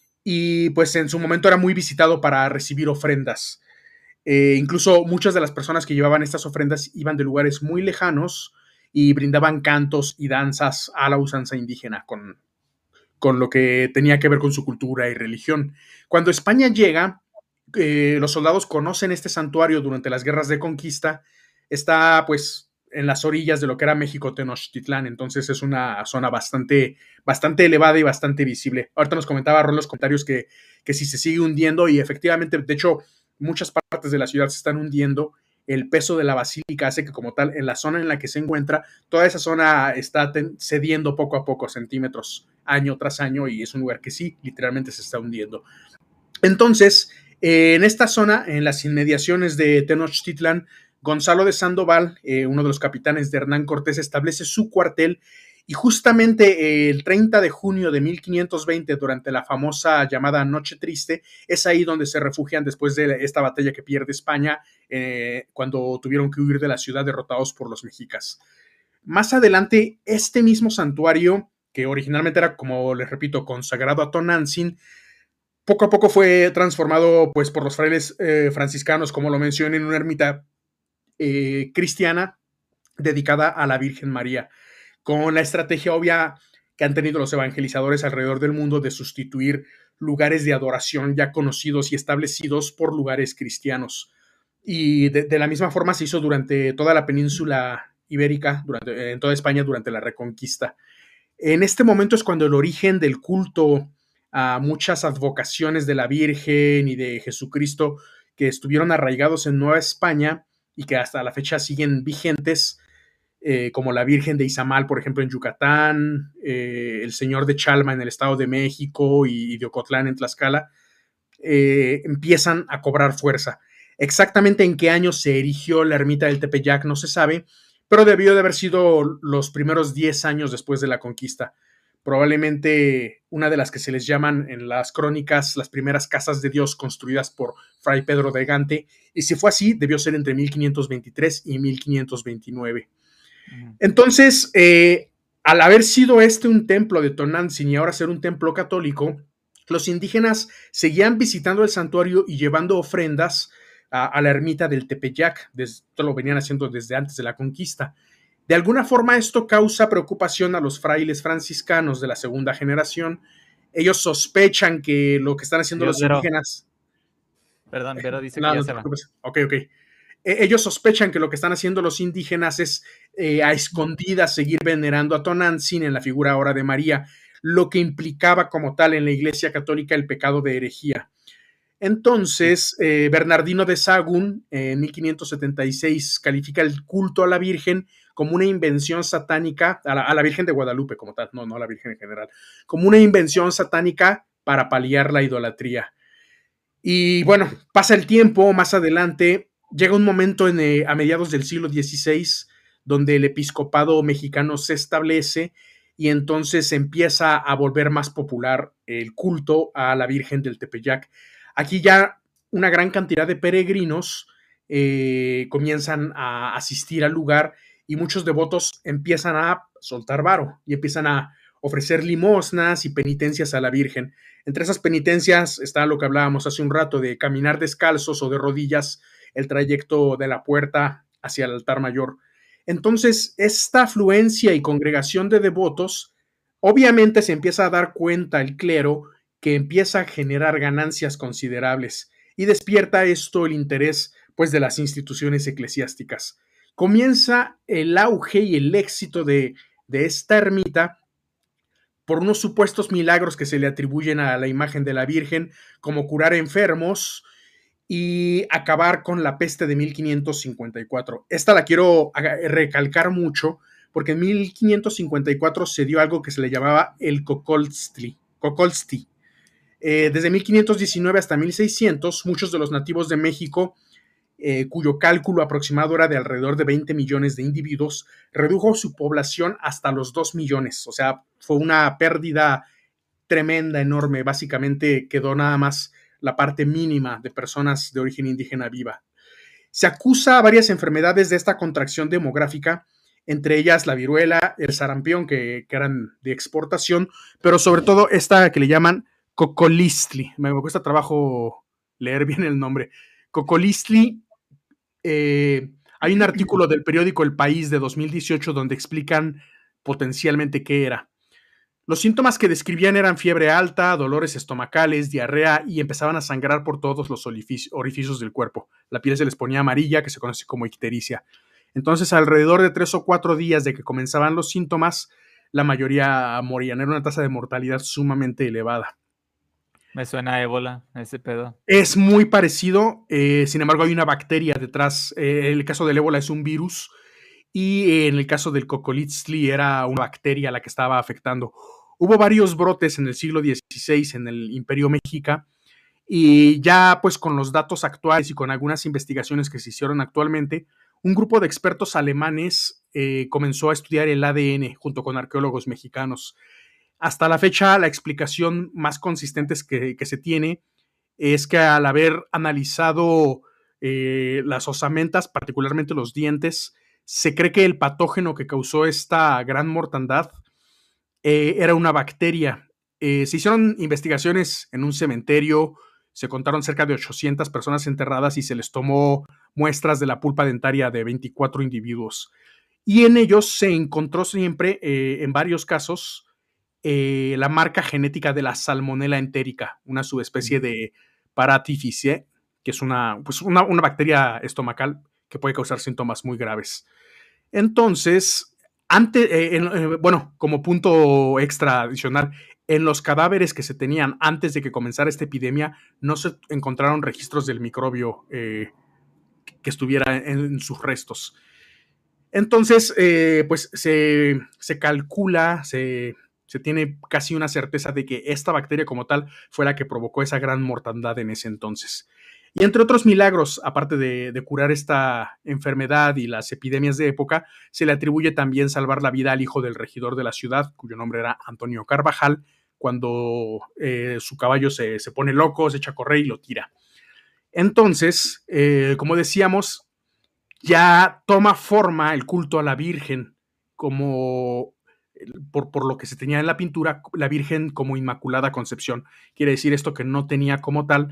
y pues en su momento era muy visitado para recibir ofrendas. Incluso muchas de las personas que llevaban estas ofrendas iban de lugares muy lejanos y brindaban cantos y danzas a la usanza indígena con lo que tenía que ver con su cultura y religión. Cuando España llega, los soldados conocen este santuario durante las guerras de conquista. Está pues en las orillas de lo que era México Tenochtitlán, entonces es una zona bastante elevada y bastante visible. Ahorita nos comentaba Ron en los comentarios que si se sigue hundiendo, y efectivamente, de hecho, muchas partes de la ciudad se están hundiendo. El peso de la basílica hace que como tal, en la zona en la que se encuentra, toda esa zona está cediendo poco a poco, centímetros, año tras año, y es un lugar que sí, literalmente se está hundiendo. Entonces, en esta zona, en las inmediaciones de Tenochtitlán, Gonzalo de Sandoval, uno de los capitanes de Hernán Cortés, establece su cuartel, y justamente el 30 de junio de 1520, durante la famosa llamada Noche Triste, es ahí donde se refugian después de esta batalla que pierde España, cuando tuvieron que huir de la ciudad derrotados por los mexicas. Más adelante, este mismo santuario, que originalmente era, como les repito, consagrado a Tonantzin, poco a poco fue transformado pues por los frailes franciscanos, como lo mencioné, en una ermita cristiana dedicada a la Virgen María, con la estrategia obvia que han tenido los evangelizadores alrededor del mundo de sustituir lugares de adoración ya conocidos y establecidos por lugares cristianos. Y de la misma forma se hizo durante toda la península ibérica, en toda España durante la Reconquista. En este momento es cuando el origen del culto a muchas advocaciones de la Virgen y de Jesucristo que estuvieron arraigados en Nueva España y que hasta la fecha siguen vigentes, como la Virgen de Izamal, por ejemplo, en Yucatán, el Señor de Chalma en el Estado de México y de Ocotlán en Tlaxcala, empiezan a cobrar fuerza. Exactamente en qué año se erigió la ermita del Tepeyac no se sabe, pero debió de haber sido los primeros 10 años después de la conquista. Probablemente una de las que se les llaman en las crónicas las primeras casas de Dios construidas por Fray Pedro de Gante, y si fue así, debió ser entre 1523 y 1529. Entonces, al haber sido un templo de Tonantzin y ahora ser un templo católico, los indígenas seguían visitando el santuario y llevando ofrendas a la ermita del Tepeyac. Esto lo venían haciendo desde antes de la conquista. De alguna forma esto causa preocupación a los frailes franciscanos de la segunda generación. Ellos sospechan que lo que están haciendo los indígenas... Perdón, Vero dice que ya se va. Ok. Ellos sospechan que lo que están haciendo los indígenas es a escondidas seguir venerando a Tonantzin en la figura ahora de María, lo que implicaba como tal en la Iglesia Católica el pecado de herejía. Entonces, Bernardino de Sahagún, en 1576, califica el culto a la Virgen como una invención satánica, a la Virgen de Guadalupe como tal, no a la Virgen en general, como una invención satánica para paliar la idolatría. Y bueno, pasa el tiempo, más adelante llega un momento a mediados del siglo XVI donde el episcopado mexicano se establece y entonces empieza a volver más popular el culto a la Virgen del Tepeyac. Aquí ya una gran cantidad de peregrinos comienzan a asistir al lugar y muchos devotos empiezan a soltar varo y empiezan a ofrecer limosnas y penitencias a la Virgen. Entre esas penitencias está lo que hablábamos hace un rato de caminar descalzos o de rodillas el trayecto de la puerta hacia el altar mayor. Entonces, esta afluencia y congregación de devotos, obviamente se empieza a dar cuenta el clero que empieza a generar ganancias considerables y despierta esto el interés pues de las instituciones eclesiásticas. Comienza el auge y el éxito de esta ermita por unos supuestos milagros que se le atribuyen a la imagen de la Virgen, como curar enfermos y acabar con la peste de 1554. Esta la quiero recalcar mucho porque en 1554 se dio algo que se le llamaba el Cocoltzli. Desde 1519 hasta 1600, muchos de los nativos de México cuyo cálculo aproximado era de alrededor de 20 millones de individuos, redujo su población hasta los 2 millones. O sea, fue una pérdida tremenda, enorme. Básicamente quedó nada más la parte mínima de personas de origen indígena viva. Se acusa a varias enfermedades de esta contracción demográfica, entre ellas la viruela, el sarampión, que eran de exportación, pero sobre todo esta que le llaman cocolistli. Me cuesta trabajo leer bien el nombre. Cocolistli. Hay un artículo del periódico El País de 2018 donde explican potencialmente qué era. Los síntomas que describían eran fiebre alta, dolores estomacales, diarrea y empezaban a sangrar por todos los orificios del cuerpo. La piel se les ponía amarilla, que se conoce como ictericia. Entonces, alrededor de 3 o 4 días de que comenzaban los síntomas, la mayoría morían. Era una tasa de mortalidad sumamente elevada. Me suena a ébola, ese pedo. Es muy parecido, sin embargo hay una bacteria detrás. En el caso del ébola es un virus y en el caso del cocolistli era una bacteria la que estaba afectando. Hubo varios brotes en el siglo XVI en el Imperio Mexica y ya pues con los datos actuales y con algunas investigaciones que se hicieron actualmente, un grupo de expertos alemanes comenzó a estudiar el ADN junto con arqueólogos mexicanos. Hasta la fecha, la explicación más consistente que se tiene es que al haber analizado las osamentas, particularmente los dientes, se cree que el patógeno que causó esta gran mortandad era una bacteria. Se hicieron investigaciones en un cementerio, se contaron cerca de 800 personas enterradas y se les tomó muestras de la pulpa dentaria de 24 individuos. Y en ellos se encontró siempre, en varios casos, la marca genética de la Salmonella entérica, una subespecie de Paratifice, que es una bacteria estomacal que puede causar síntomas muy graves. Entonces, como punto extra adicional, en los cadáveres que se tenían antes de que comenzara esta epidemia, no se encontraron registros del microbio que estuviera en sus restos. Entonces, pues se calcula, se tiene casi una certeza de que esta bacteria como tal fue la que provocó esa gran mortandad en ese entonces. Y entre otros milagros, aparte de curar esta enfermedad y las epidemias de época, se le atribuye también salvar la vida al hijo del regidor de la ciudad, cuyo nombre era Antonio Carvajal, cuando su caballo se pone loco, se echa a correr y lo tira. Entonces, como decíamos, ya toma forma el culto a la Virgen como por lo que se tenía en la pintura, la Virgen como Inmaculada Concepción. Quiere decir esto que no tenía como tal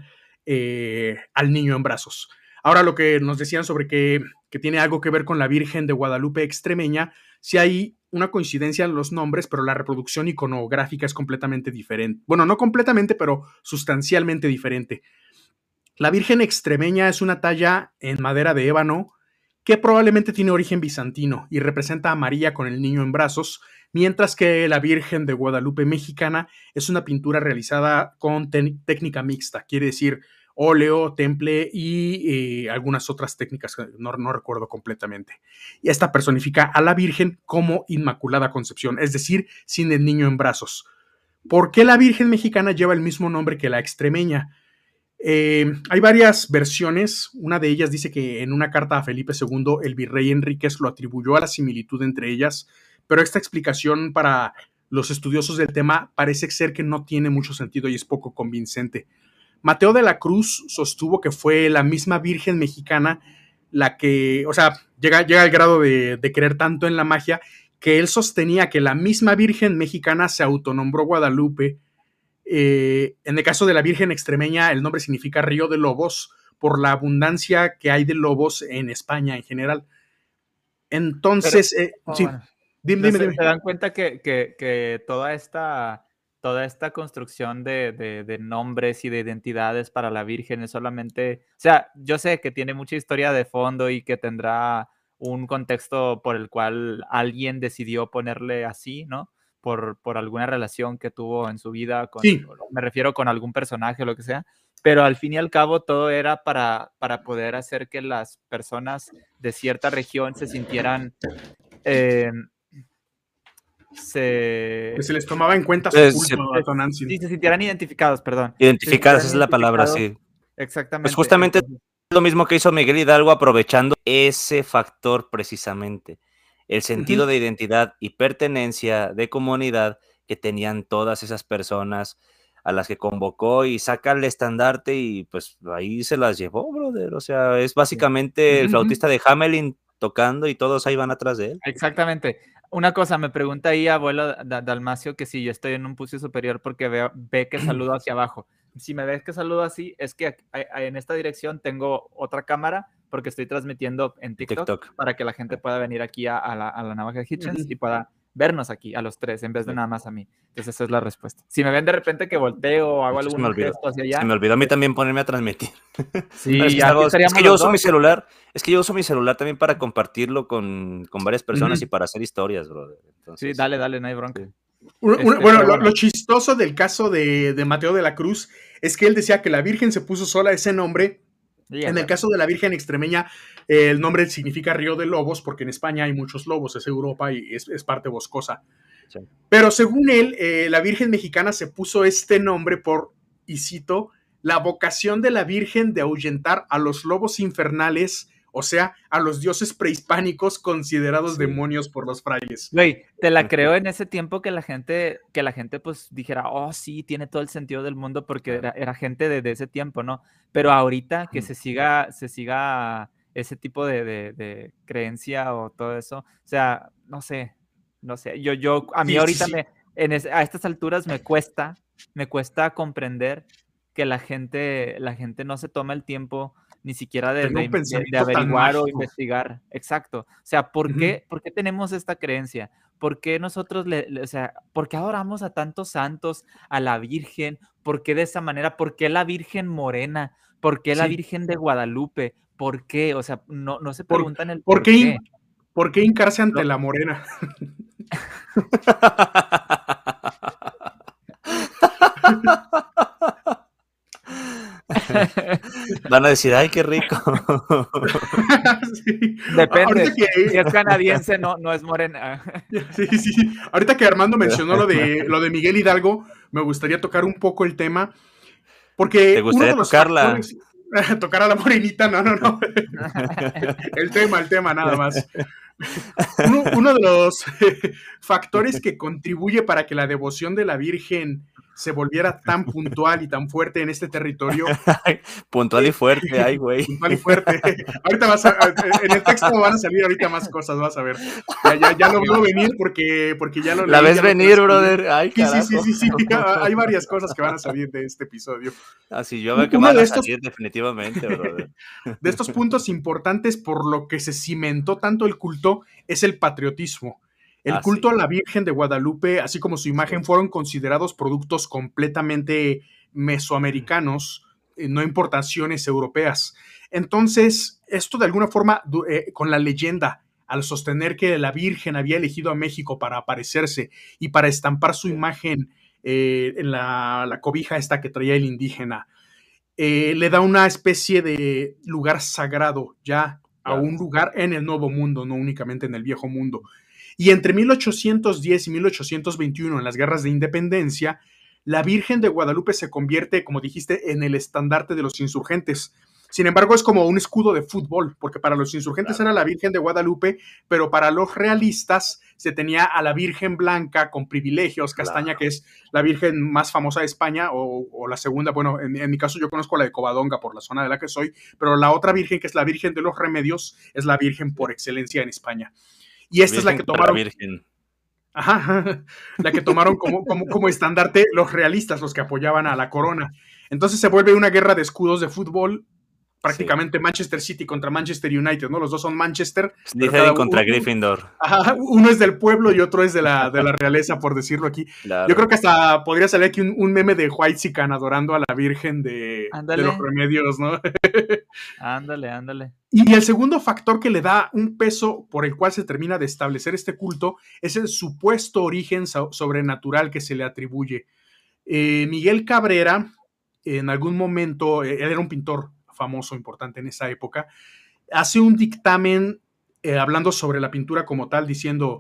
al niño en brazos. Ahora lo que nos decían sobre que tiene algo que ver con la Virgen de Guadalupe extremeña, sí hay una coincidencia en los nombres, pero la reproducción iconográfica es completamente diferente. Bueno, no completamente, pero sustancialmente diferente. La Virgen extremeña es una talla en madera de ébano que probablemente tiene origen bizantino y representa a María con el niño en brazos, mientras que la Virgen de Guadalupe mexicana es una pintura realizada con técnica mixta, quiere decir óleo, temple y algunas otras técnicas que no recuerdo completamente. Y esta personifica a la Virgen como Inmaculada Concepción, es decir, sin el niño en brazos. ¿Por qué la Virgen mexicana lleva el mismo nombre que la extremeña? Hay varias versiones. Una de ellas dice que en una carta a Felipe II el virrey Enríquez lo atribuyó a la similitud entre ellas, pero esta explicación para los estudiosos del tema parece ser que no tiene mucho sentido y es poco convincente. Mateo de la Cruz sostuvo que fue la misma Virgen mexicana la que, o sea, llega al grado de creer tanto en la magia que él sostenía que la misma Virgen mexicana se autonombró Guadalupe. En el caso de la Virgen extremeña, el nombre significa río de lobos por la abundancia que hay de lobos en España en general. Entonces, sí, bueno. dime. ¿Se dan cuenta que toda esta construcción de nombres y de identidades para la Virgen es solamente, o sea, yo sé que tiene mucha historia de fondo y que tendrá un contexto por el cual alguien decidió ponerle así, ¿no? Por alguna relación que tuvo en su vida, Sí. Me refiero con algún personaje o lo que sea, pero al fin y al cabo todo era para poder hacer que las personas de cierta región se sintieran Que se les tomaba en cuenta su culto, sí, se sintieran identificados, perdón. Identificadas, esa es la palabra, sí. Exactamente. Pues justamente lo mismo que hizo Miguel Hidalgo, aprovechando ese factor precisamente, el sentido de identidad y pertenencia de comunidad que tenían todas esas personas a las que convocó, y saca el estandarte y pues ahí se las llevó, brother. O sea, es básicamente el flautista de Hamelin tocando y todos ahí van atrás de él. Exactamente. Una cosa, me pregunta ahí abuelo Dalmacio que si yo estoy en un puesto superior porque ve que saludo hacia abajo. Si me ves que saludo así, es que en esta dirección tengo otra cámara porque estoy transmitiendo en TikTok. Para que la gente pueda venir aquí a la navaja de Hitchens y pueda vernos aquí a los tres en vez de nada más a mí. Entonces esa es la respuesta. Si me ven de repente que volteo o hago algún gesto hacia allá. Se me olvidó a mí también ponerme a transmitir. Sí, es que yo uso mi celular. Es que yo uso mi celular también para compartirlo con varias personas y para hacer historias, brother. Entonces, sí, dale, no hay bronca. Sí. Bueno, lo chistoso del caso de Mateo de la Cruz es que él decía que la Virgen se puso sola ese nombre. En el caso de la Virgen extremeña, el nombre significa río de lobos, porque en España hay muchos lobos, es Europa y es parte boscosa. Sí. Pero según él, la Virgen mexicana se puso este nombre por, y cito, la vocación de la Virgen de ahuyentar a los lobos infernales, o sea, a los dioses prehispánicos considerados demonios por los frailes. Güey, te la creo en ese tiempo que la gente pues dijera, oh sí, tiene todo el sentido del mundo porque era gente de ese tiempo, ¿no? Pero ahorita que se siga ese tipo de creencia o todo eso, o sea, no sé, a mí ahorita a estas alturas me cuesta comprender que la gente no se toma el tiempo ni siquiera de averiguar o investigar. Exacto. O sea, ¿por qué tenemos esta creencia? ¿Por qué nosotros, por qué adoramos a tantos santos, a la Virgen? ¿Por qué de esa manera? ¿Por qué la Virgen morena? ¿Por qué la Virgen de Guadalupe? ¿Por qué? O sea, no se preguntan el por qué. ¿Por qué hincarse ante la morena? Van a decir, ay, qué rico. Sí. Depende. Si es canadiense, no es morena. Sí. Ahorita que Armando mencionó lo de Miguel Hidalgo, me gustaría tocar un poco el tema. Porque ¿te gustaría tocarla? Tocar a la morenita, no. El tema, nada más. Uno de los factores que contribuye para que la devoción de la Virgen se volviera tan puntual y tan fuerte en este territorio. Puntual y fuerte, ay, güey. Puntual y fuerte. Ahorita en el texto van a salir ahorita más cosas, vas a ver. Ya lo veo venir porque ya lo leí. La ves venir, brother. Ay, carajo. Sí. Hay varias cosas que van a salir de este episodio. Así yo veo que van a salir definitivamente, brother. De estos puntos importantes por lo que se cimentó tanto el culto es el patriotismo. El culto a la Virgen de Guadalupe, así como su imagen, fueron considerados productos completamente mesoamericanos, no importaciones europeas. Entonces, esto de alguna forma, con la leyenda, al sostener que la Virgen había elegido a México para aparecerse y para estampar su imagen en la cobija esta que traía el indígena, le da una especie de lugar sagrado ya a un lugar en el Nuevo Mundo, no únicamente en el Viejo Mundo. Y entre 1810 y 1821, en las guerras de independencia, la Virgen de Guadalupe se convierte, como dijiste, en el estandarte de los insurgentes. Sin embargo, es como un escudo de fútbol, porque para los insurgentes era la Virgen de Guadalupe, pero para los realistas se tenía a la Virgen Blanca con privilegios, Castaña, que es la Virgen más famosa de España, o la segunda, bueno, en mi caso yo conozco la de Covadonga por la zona de la que soy, pero la otra Virgen, que es la Virgen de los Remedios, es la Virgen por excelencia en España. Y esta es la que tomaron. La que tomaron como estandarte los realistas, los que apoyaban a la corona. Entonces se vuelve una guerra de escudos de fútbol, prácticamente Manchester City contra Manchester United, ¿no? Los dos son Manchester. Slytherin contra Gryffindor. Uno es del pueblo y otro es de la realeza, por decirlo aquí. Claro. Yo creo que hasta podría salir aquí un meme de Whitezican adorando a la Virgen de los Remedios, ¿no? Ándale. Y el segundo factor que le da un peso por el cual se termina de establecer este culto es el supuesto origen sobrenatural que se le atribuye. Miguel Cabrera, en algún momento, él era un pintor famoso, importante en esa época, hace un dictamen hablando sobre la pintura como tal, diciendo,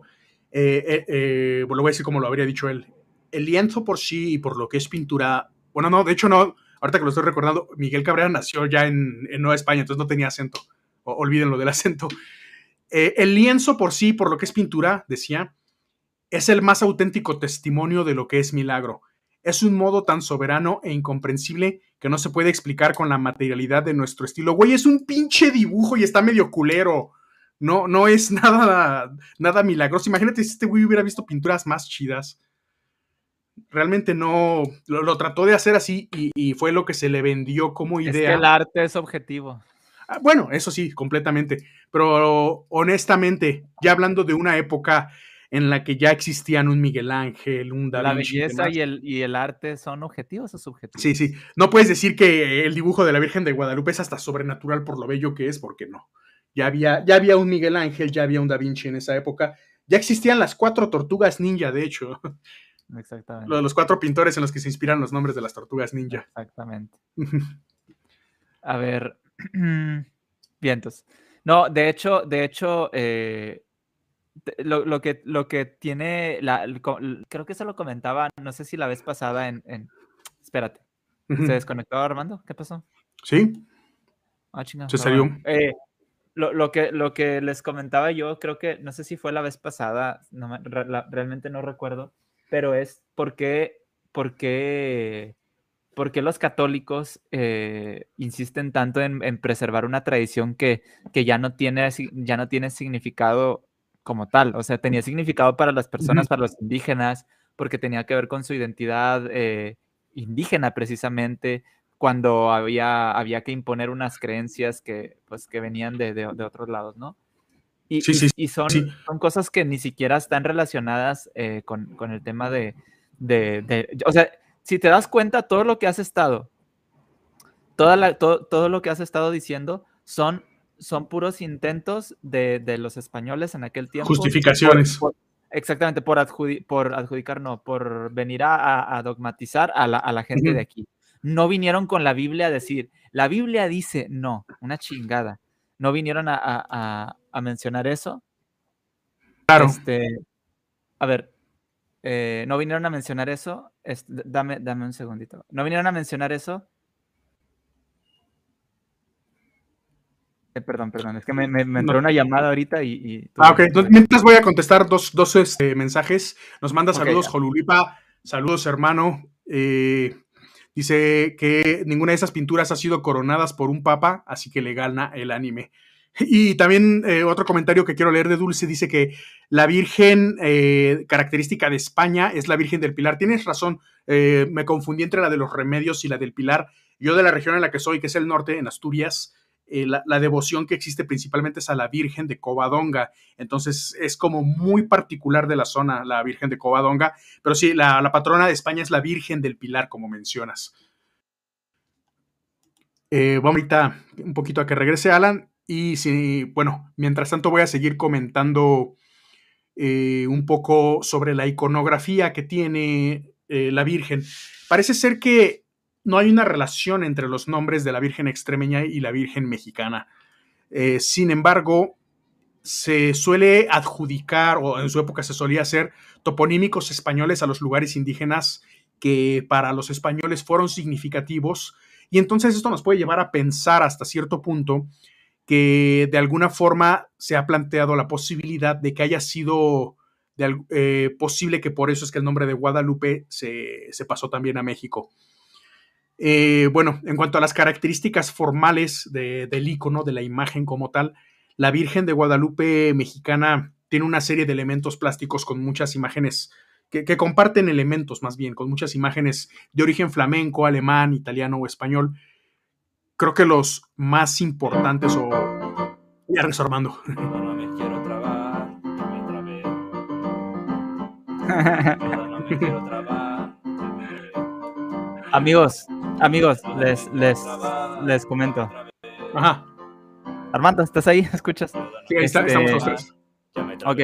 lo voy a decir como lo habría dicho él, el lienzo por sí y por lo que es pintura, bueno, no, de hecho no ahorita que lo estoy recordando, Miguel Cabrera nació ya en Nueva España, entonces no tenía acento. Olvídenlo del acento. El lienzo por sí, por lo que es pintura, decía, es el más auténtico testimonio de lo que es milagro. Es un modo tan soberano e incomprensible que no se puede explicar con la materialidad de nuestro estilo. Güey, es un pinche dibujo y está medio culero. No es nada milagroso. Imagínate si este güey hubiera visto pinturas más chidas. Realmente no, lo trató de hacer así y fue lo que se le vendió como idea. Es que el arte es objetivo. Bueno, eso sí, completamente. Pero honestamente, ya hablando de una época en la que ya existían un Miguel Ángel, un Da Vinci. La belleza y el arte son objetivos o subjetivos. Sí, sí. No puedes decir que el dibujo de la Virgen de Guadalupe es hasta sobrenatural por lo bello que es, porque no. Ya había un Miguel Ángel, ya había un Da Vinci en esa época. Ya existían las 4 tortugas ninja, de hecho. Exactamente. Los 4 pintores en los que se inspiran los nombres de las tortugas ninja. Exactamente. A ver. Vientos. No, de hecho, lo que tiene, creo que se lo comentaba, no sé si la vez pasada espérate, ¿se desconectó Armando? ¿Qué pasó? Sí. Ah, chingada. Se salió. Lo que les comentaba yo, creo que, no sé si fue la vez pasada, realmente no recuerdo, pero es por qué los católicos insisten tanto en preservar una tradición que ya no tiene significado como tal. O sea, tenía significado para las personas, para los indígenas, porque tenía que ver con su identidad indígena precisamente, cuando había que imponer unas creencias que venían de otros lados, ¿no? Y son cosas que ni siquiera están relacionadas con el tema o sea, si te das cuenta, todo lo que has estado diciendo son puros intentos de los españoles en aquel tiempo. Justificaciones. Exactamente, por venir a dogmatizar a la gente de aquí. No vinieron con la Biblia a decir, la Biblia dice, no, una chingada. No vinieron a mencionar eso. Claro. A ver, no vinieron a mencionar eso. Dame un segundito. No vinieron a mencionar eso. Perdón, es que me entró una llamada ahorita y ok. Mientras voy a contestar dos mensajes. Nos manda saludos, Jolulipa. Saludos, hermano. Dice que ninguna de esas pinturas ha sido coronadas por un papa, así que le gana el anime. Y también otro comentario que quiero leer de Dulce, dice que la Virgen característica de España es la Virgen del Pilar. Tienes razón, me confundí entre la de los Remedios y la del Pilar. Yo de la región en la que soy, que es el norte, en Asturias, la devoción que existe principalmente es a la Virgen de Covadonga. Entonces es como muy particular de la zona, la Virgen de Covadonga. Pero sí, la patrona de España es la Virgen del Pilar, como mencionas. Vamos ahorita un poquito a que regrese Alan. Y bueno, mientras tanto voy a seguir comentando un poco sobre la iconografía que tiene la Virgen. Parece ser que no hay una relación entre los nombres de la Virgen extremeña y la Virgen mexicana. Sin embargo, se suele adjudicar, o en su época se solía hacer, toponímicos españoles a los lugares indígenas que para los españoles fueron significativos. Y entonces esto nos puede llevar a pensar hasta cierto punto que de alguna forma se ha planteado la posibilidad de que haya sido posible que por eso es que el nombre de Guadalupe se pasó también a México. Bueno, en cuanto a las características formales del icono, de la imagen como tal, la Virgen de Guadalupe mexicana tiene una serie de elementos plásticos con muchas imágenes que comparten elementos más bien, con muchas imágenes de origen flamenco, alemán, italiano o español. Creo que los más importantes Ya regresó Armando. No me quiero trabar, no me quiero trabar. Amigos, les comento. Ajá. Armando, ¿estás ahí? ¿Escuchas? Sí, ahí estamos los tres. Ok.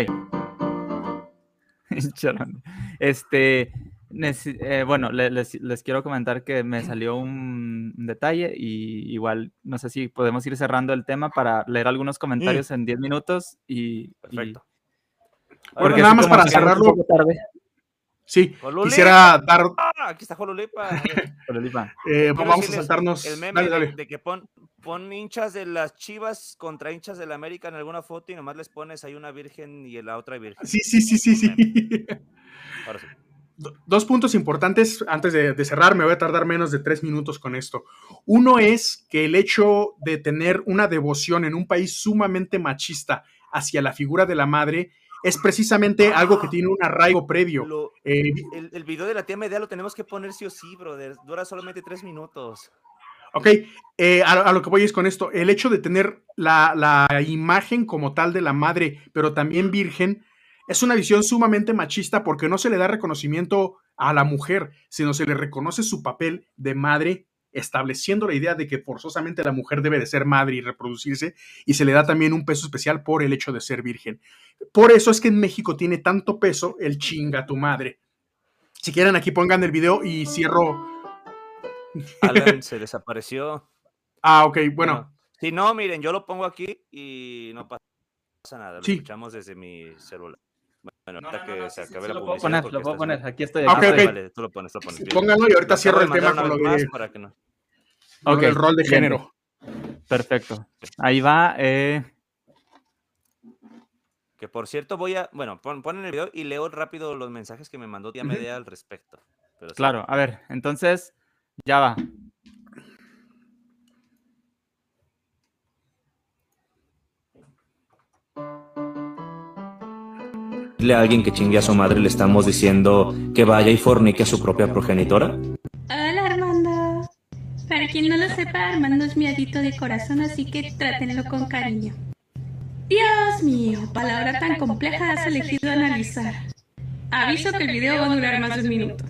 Bueno, les quiero comentar que me salió un detalle y igual no sé si podemos ir cerrando el tema para leer algunos comentarios en 10 minutos Perfecto. Porque nada más para cerrarlo. Sí, Jolulipa. quisiera dar... Aquí está Jolulipa. A ver. Jolulipa. vamos a decirles saltarnos... El meme Dale, dale. de que pon hinchas de las Chivas contra hinchas de la América en alguna foto y nomás les pones ahí una virgen y la otra virgen. Sí. Ahora sí. Dos puntos importantes antes de cerrar, me voy a tardar menos de 3 minutos con esto. Uno es que el hecho de tener una devoción en un país sumamente machista hacia la figura de la madre es precisamente algo que tiene un arraigo previo. El video de la tía Medea lo tenemos que poner sí o sí, brother. Dura solamente 3 minutos. Ok, a lo que voy es con esto. El hecho de tener la imagen como tal de la madre, pero también virgen, es una visión sumamente machista porque no se le da reconocimiento a la mujer, sino se le reconoce su papel de madre, estableciendo la idea de que forzosamente la mujer debe de ser madre y reproducirse, y se le da también un peso especial por el hecho de ser virgen. Por eso es que en México tiene tanto peso el chinga tu madre. Si quieren, aquí pongan el video y cierro. Alan se desapareció. Ok, bueno. Si no, miren, yo lo pongo aquí y no pasa nada. Lo escuchamos desde mi celular. Bueno, hasta que se acabe la publicidad. Lo puedo poner, aquí estoy. Vale, tú lo pones. Pónganlo y ahorita cierro el tema con lo de... para que no. Okay, el rol de género. Perfecto. Ahí va. Que por cierto voy a... Bueno, ponen el video y leo rápido los mensajes que me mandó tía Medea al respecto. Pero claro, sí. A ver, entonces, ya va. A alguien que chingue a su madre le estamos diciendo que vaya y fornique a su propia progenitora. Hola Armando. Para quien no lo sepa, Armando es mi adicto de corazón, así que trátenlo con cariño. Dios mío, palabra tan compleja has elegido analizar. Aviso que el video va a durar más de 1 minuto.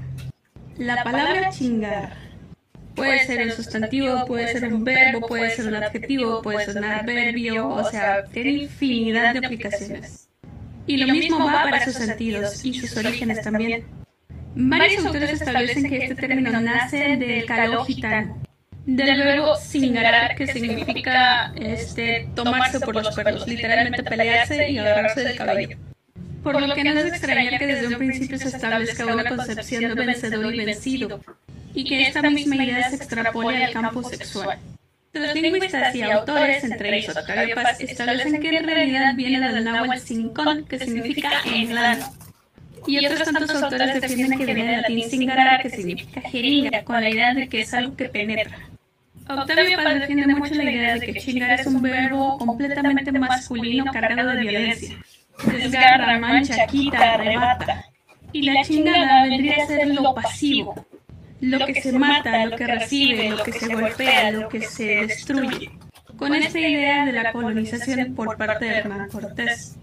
La palabra chingar puede ser un sustantivo, puede ser un verbo, puede ser un adjetivo, puede ser un adverbio, o sea, tiene infinidad de aplicaciones. Y lo mismo va para sus sentidos y sus orígenes también. Varios autores establecen que este término nace del caló gitano, del verbo cingarar, que significa tomarse por los cuernos, literalmente pelearse y agarrarse del cabello. Por lo que no es extrañar que desde un principio se establezca una concepción de vencedor y vencido, y que esta misma idea se extrapole al campo sexual. Los lingüistas y autores, entre ellos Octavio Paz, establecen que en realidad viene del náhuatl cincón, que significa enano. Y otros tantos autores defienden que viene del latín cingarar, que significa jeringa, con la idea de que es algo que penetra. Octavio Paz defiende mucho la idea de que chingar es un verbo completamente masculino cargado de violencia. Desgarra, mancha, quita, arrebata. Y la chingada vendría a ser lo pasivo, lo que se mata, lo que recibe, lo que se golpea, lo que se destruye, con esta idea de la colonización por parte de Hernán Cortés.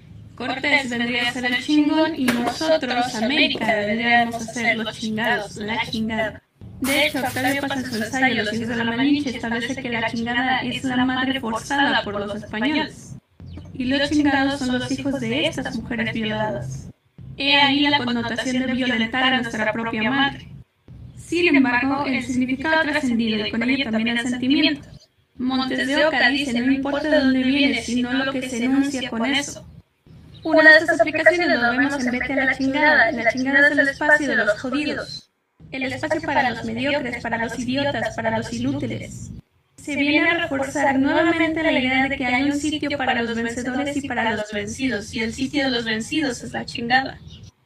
Cortés vendría a ser el chingón y nosotros, América, vendríamos a ser los chingados, la chingada. De hecho, Octavio Paz en su ensayo Los hijos de la Malinche establece que la chingada es la madre forzada por los españoles. Y los chingados son los hijos de estas mujeres violadas. He ahí la connotación de violentar a nuestra propia madre. Sin embargo, el significado ha trascendido y con ello también el sentimiento. Montes de Oca dice, no importa de dónde viene, sino lo que se enuncia con eso. Una de estas aplicaciones lo vemos en Vete a la chingada. La chingada es el espacio de los jodidos. El espacio para los mediocres, para los idiotas, para los inútiles. Se viene a reforzar nuevamente la idea de que hay un sitio para los vencedores y para los vencidos, y el sitio de los vencidos es la chingada.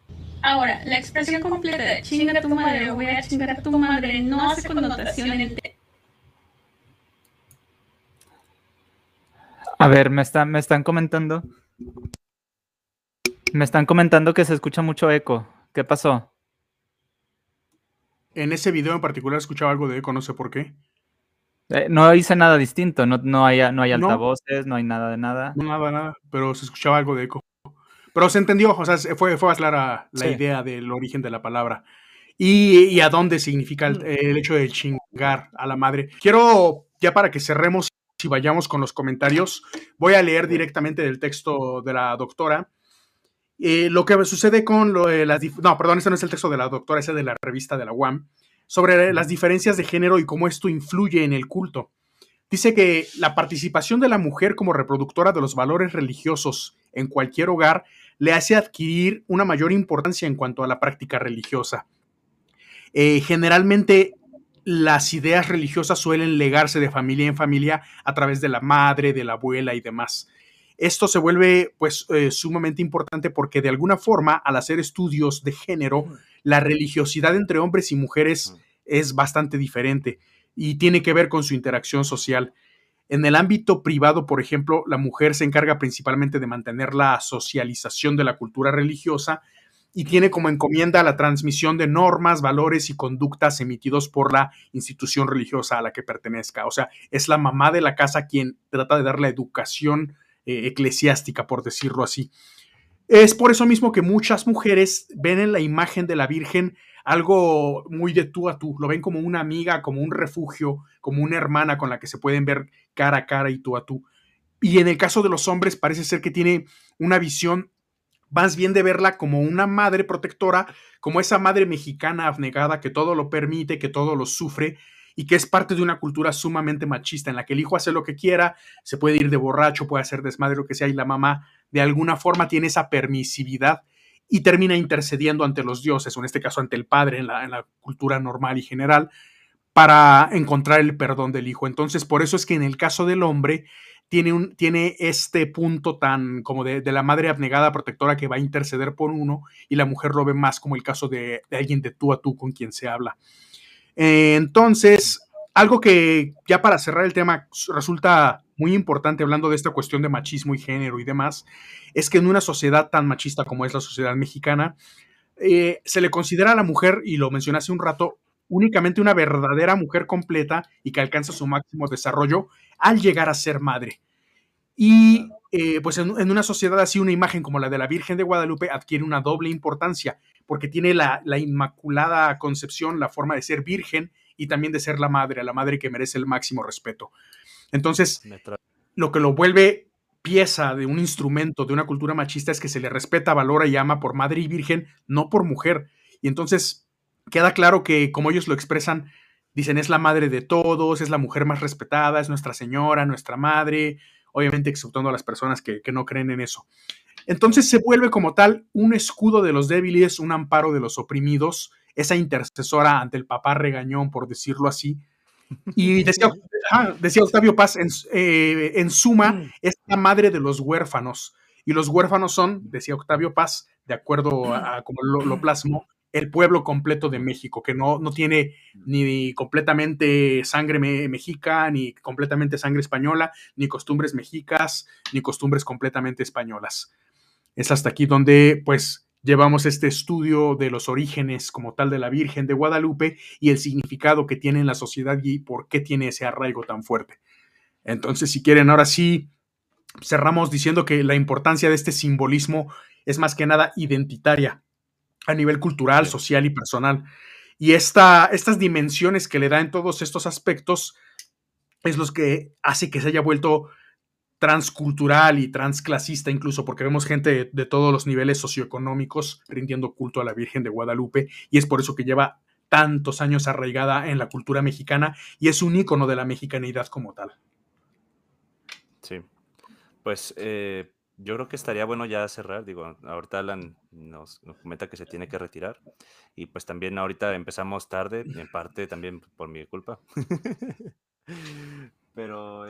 Ahora, la expresión completa de chinga tu madre o voy a chingar a tu madre no hace connotación en el A ver, me están comentando. Me están comentando que se escucha mucho eco. ¿Qué pasó? En ese video en particular escuchaba algo de eco, no sé por qué. No hice nada distinto, no hay altavoces, no hay nada de nada. No, nada, pero se escuchaba algo de eco. Pero se entendió, o sea, fue más clara la idea del origen de la palabra. Y a dónde significa el hecho de chingar a la madre. Quiero, ya para que cerremos y vayamos con los comentarios, voy a leer directamente del texto de la doctora. Lo que sucede con ese no es el texto de la doctora, ese de la revista de la UAM, sobre las diferencias de género y cómo esto influye en el culto. Dice que la participación de la mujer como reproductora de los valores religiosos en cualquier hogar le hace adquirir una mayor importancia en cuanto a la práctica religiosa. Generalmente las ideas religiosas suelen legarse de familia en familia a través de la madre, de la abuela y demás. Esto se vuelve pues sumamente importante porque de alguna forma al hacer estudios de género, la religiosidad entre hombres y mujeres es bastante diferente y tiene que ver con su interacción social. En el ámbito privado, por ejemplo, la mujer se encarga principalmente de mantener la socialización de la cultura religiosa y tiene como encomienda la transmisión de normas, valores y conductas emitidos por la institución religiosa a la que pertenezca. O sea, es la mamá de la casa quien trata de dar la educación eclesiástica, por decirlo así. Es por eso mismo que muchas mujeres ven en la imagen de la Virgen algo muy de tú a tú, lo ven como una amiga, como un refugio, como una hermana con la que se pueden ver cara a cara y tú a tú. Y en el caso de los hombres parece ser que tiene una visión más bien de verla como una madre protectora, como esa madre mexicana abnegada que todo lo permite, que todo lo sufre y que es parte de una cultura sumamente machista en la que el hijo hace lo que quiera, se puede ir de borracho, puede hacer desmadre, lo que sea, y la mamá de alguna forma tiene esa permisividad y termina intercediendo ante los dioses, o en este caso ante el padre en la cultura normal y general, para encontrar el perdón del hijo. Entonces, por eso es que en el caso del hombre tiene este punto tan como de la madre abnegada protectora que va a interceder por uno, y la mujer lo ve más como el caso de alguien de tú a tú con quien se habla. Entonces, algo que ya para cerrar el tema resulta muy importante hablando de esta cuestión de machismo y género y demás, es que en una sociedad tan machista como es la sociedad mexicana, se le considera a la mujer, y lo mencioné hace un rato, únicamente una verdadera mujer completa y que alcanza su máximo desarrollo al llegar a ser madre. Y pues en una sociedad así, una imagen como la de la Virgen de Guadalupe adquiere una doble importancia, porque tiene la inmaculada concepción, la forma de ser virgen y también de ser la madre que merece el máximo respeto. Entonces, lo que lo vuelve pieza de un instrumento de una cultura machista es que se le respeta, valora y ama por madre y virgen, no por mujer. Y entonces queda claro que, como ellos lo expresan, dicen es la madre de todos, es la mujer más respetada, es nuestra señora, nuestra madre, obviamente exceptuando a las personas que no creen en eso. Entonces se vuelve como tal un escudo de los débiles, un amparo de los oprimidos, esa intercesora ante el papá regañón, por decirlo así. Y decía Octavio Paz, en suma, es la madre de los huérfanos. Y los huérfanos son, decía Octavio Paz, de acuerdo a como lo plasmó, el pueblo completo de México, que no tiene ni completamente sangre mexica, ni completamente sangre española, ni costumbres mexicas, ni costumbres completamente españolas. Es hasta aquí donde, pues, llevamos este estudio de los orígenes como tal de la Virgen de Guadalupe y el significado que tiene en la sociedad y por qué tiene ese arraigo tan fuerte. Entonces, si quieren, ahora sí, cerramos diciendo que la importancia de este simbolismo es más que nada identitaria a nivel cultural, social y personal. Y estas dimensiones que le da en todos estos aspectos es los que hace que se haya vuelto transcultural y transclasista incluso, porque vemos gente de todos los niveles socioeconómicos rindiendo culto a la Virgen de Guadalupe, y es por eso que lleva tantos años arraigada en la cultura mexicana y es un ícono de la mexicanidad como tal. Sí, pues yo creo que estaría bueno ya cerrar. Digo, ahorita Alan nos comenta que se tiene que retirar y pues también ahorita empezamos tarde, en parte también por mi culpa. Pero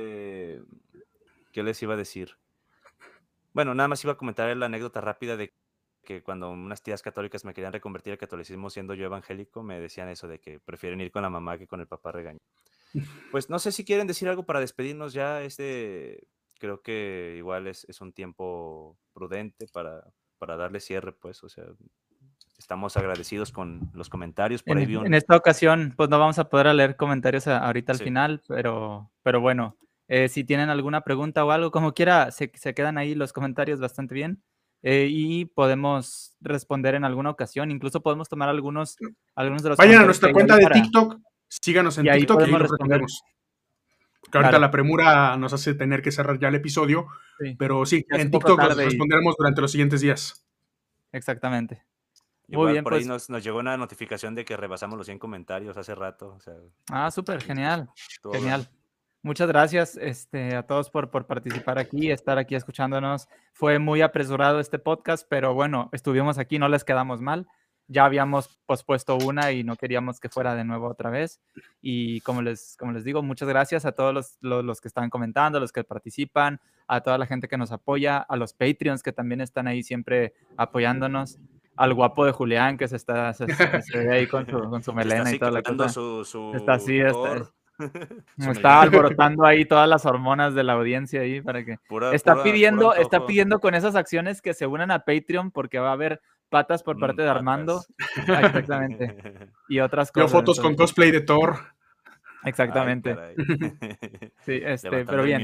¿qué les iba a decir? Bueno, nada más iba a comentar la anécdota rápida de que cuando unas tías católicas me querían reconvertir al catolicismo siendo yo evangélico, me decían eso de que prefieren ir con la mamá que con el papá regaño. Pues no sé si quieren decir algo para despedirnos ya. Creo que igual es un tiempo prudente para darle cierre, pues, o sea, estamos agradecidos con los comentarios. Por ahí vi En esta ocasión, pues no vamos a poder leer comentarios ahorita al Sí. final, pero bueno, si tienen alguna pregunta o algo, como quiera, se quedan ahí los comentarios bastante bien y podemos responder en alguna ocasión. Incluso podemos tomar algunos de los Vayan a comentarios nuestra que hay cuenta ahí de para- TikTok, síganos en y ahí TikTok y ahí podemos los responder. respondemos. Porque ahorita Claro. la premura nos hace tener que cerrar ya el episodio, Sí, pero sí, ya es en un poco TikTok los tarde y- responderemos durante los siguientes días. exactamente. Muy Igual bien, por ahí pues. nos llegó una notificación de que rebasamos los 100 comentarios hace rato. O sea, Súper, genial, estuvo genial. bueno. Muchas gracias a todos por participar aquí, estar aquí escuchándonos. Fue muy apresurado este podcast, pero bueno, estuvimos aquí, no les quedamos mal. Ya habíamos pospuesto una y no queríamos que fuera de nuevo otra vez. Y como les digo, muchas gracias a todos los que están comentando, los que participan, a toda la gente que nos apoya, a los Patreons que también están ahí siempre apoyándonos, al guapo de Julián que se ve ahí con su melena y toda la cosa. Está así, está alborotando ahí todas las hormonas de la audiencia ahí para que está pidiendo con esas acciones que se unan a Patreon porque va a haber patas por parte de Armando. Exactamente. Y otras cosas. Yo fotos con cosplay de Thor. Exactamente. Sí, pero bien.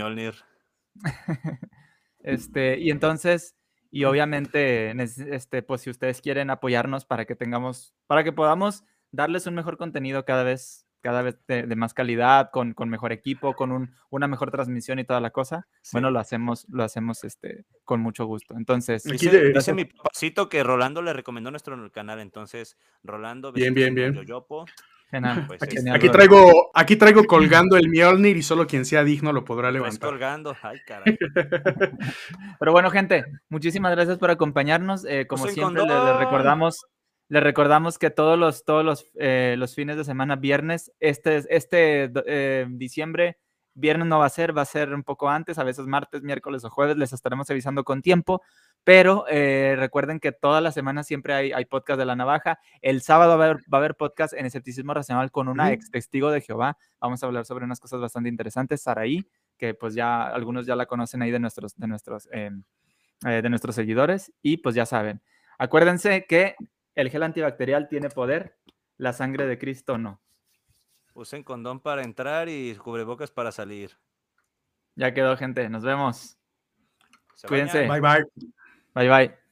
Y entonces, y obviamente, pues si ustedes quieren apoyarnos para que podamos darles un mejor contenido cada vez de más calidad, con mejor equipo, con una mejor transmisión y toda la cosa, bueno, lo hacemos con mucho gusto. Entonces, dice mi papacito que Rolando le recomendó nuestro canal, entonces, Rolando, bien. Yoyopo. Pues, aquí traigo colgando el Mjolnir y solo quien sea digno lo podrá levantar. Colgando, ay caray. Pero bueno, gente, muchísimas gracias por acompañarnos. Como siempre, les recordamos que todos los fines de semana, viernes, diciembre, viernes no va a ser un poco antes, a veces martes, miércoles o jueves, les estaremos avisando con tiempo. Pero recuerden que toda la semana siempre hay podcast de La Navaja. El sábado va a haber podcast en Escepticismo Racional con una ex testigo de Jehová. Vamos a hablar sobre unas cosas bastante interesantes. Saraí, que pues ya algunos ya la conocen ahí de nuestros seguidores. Y pues ya saben, acuérdense que el gel antibacterial tiene poder, la sangre de Cristo no. Usen condón para entrar y cubrebocas para salir. Ya quedó, gente. Nos vemos. Cuídense. Bye, bye. Bye, bye.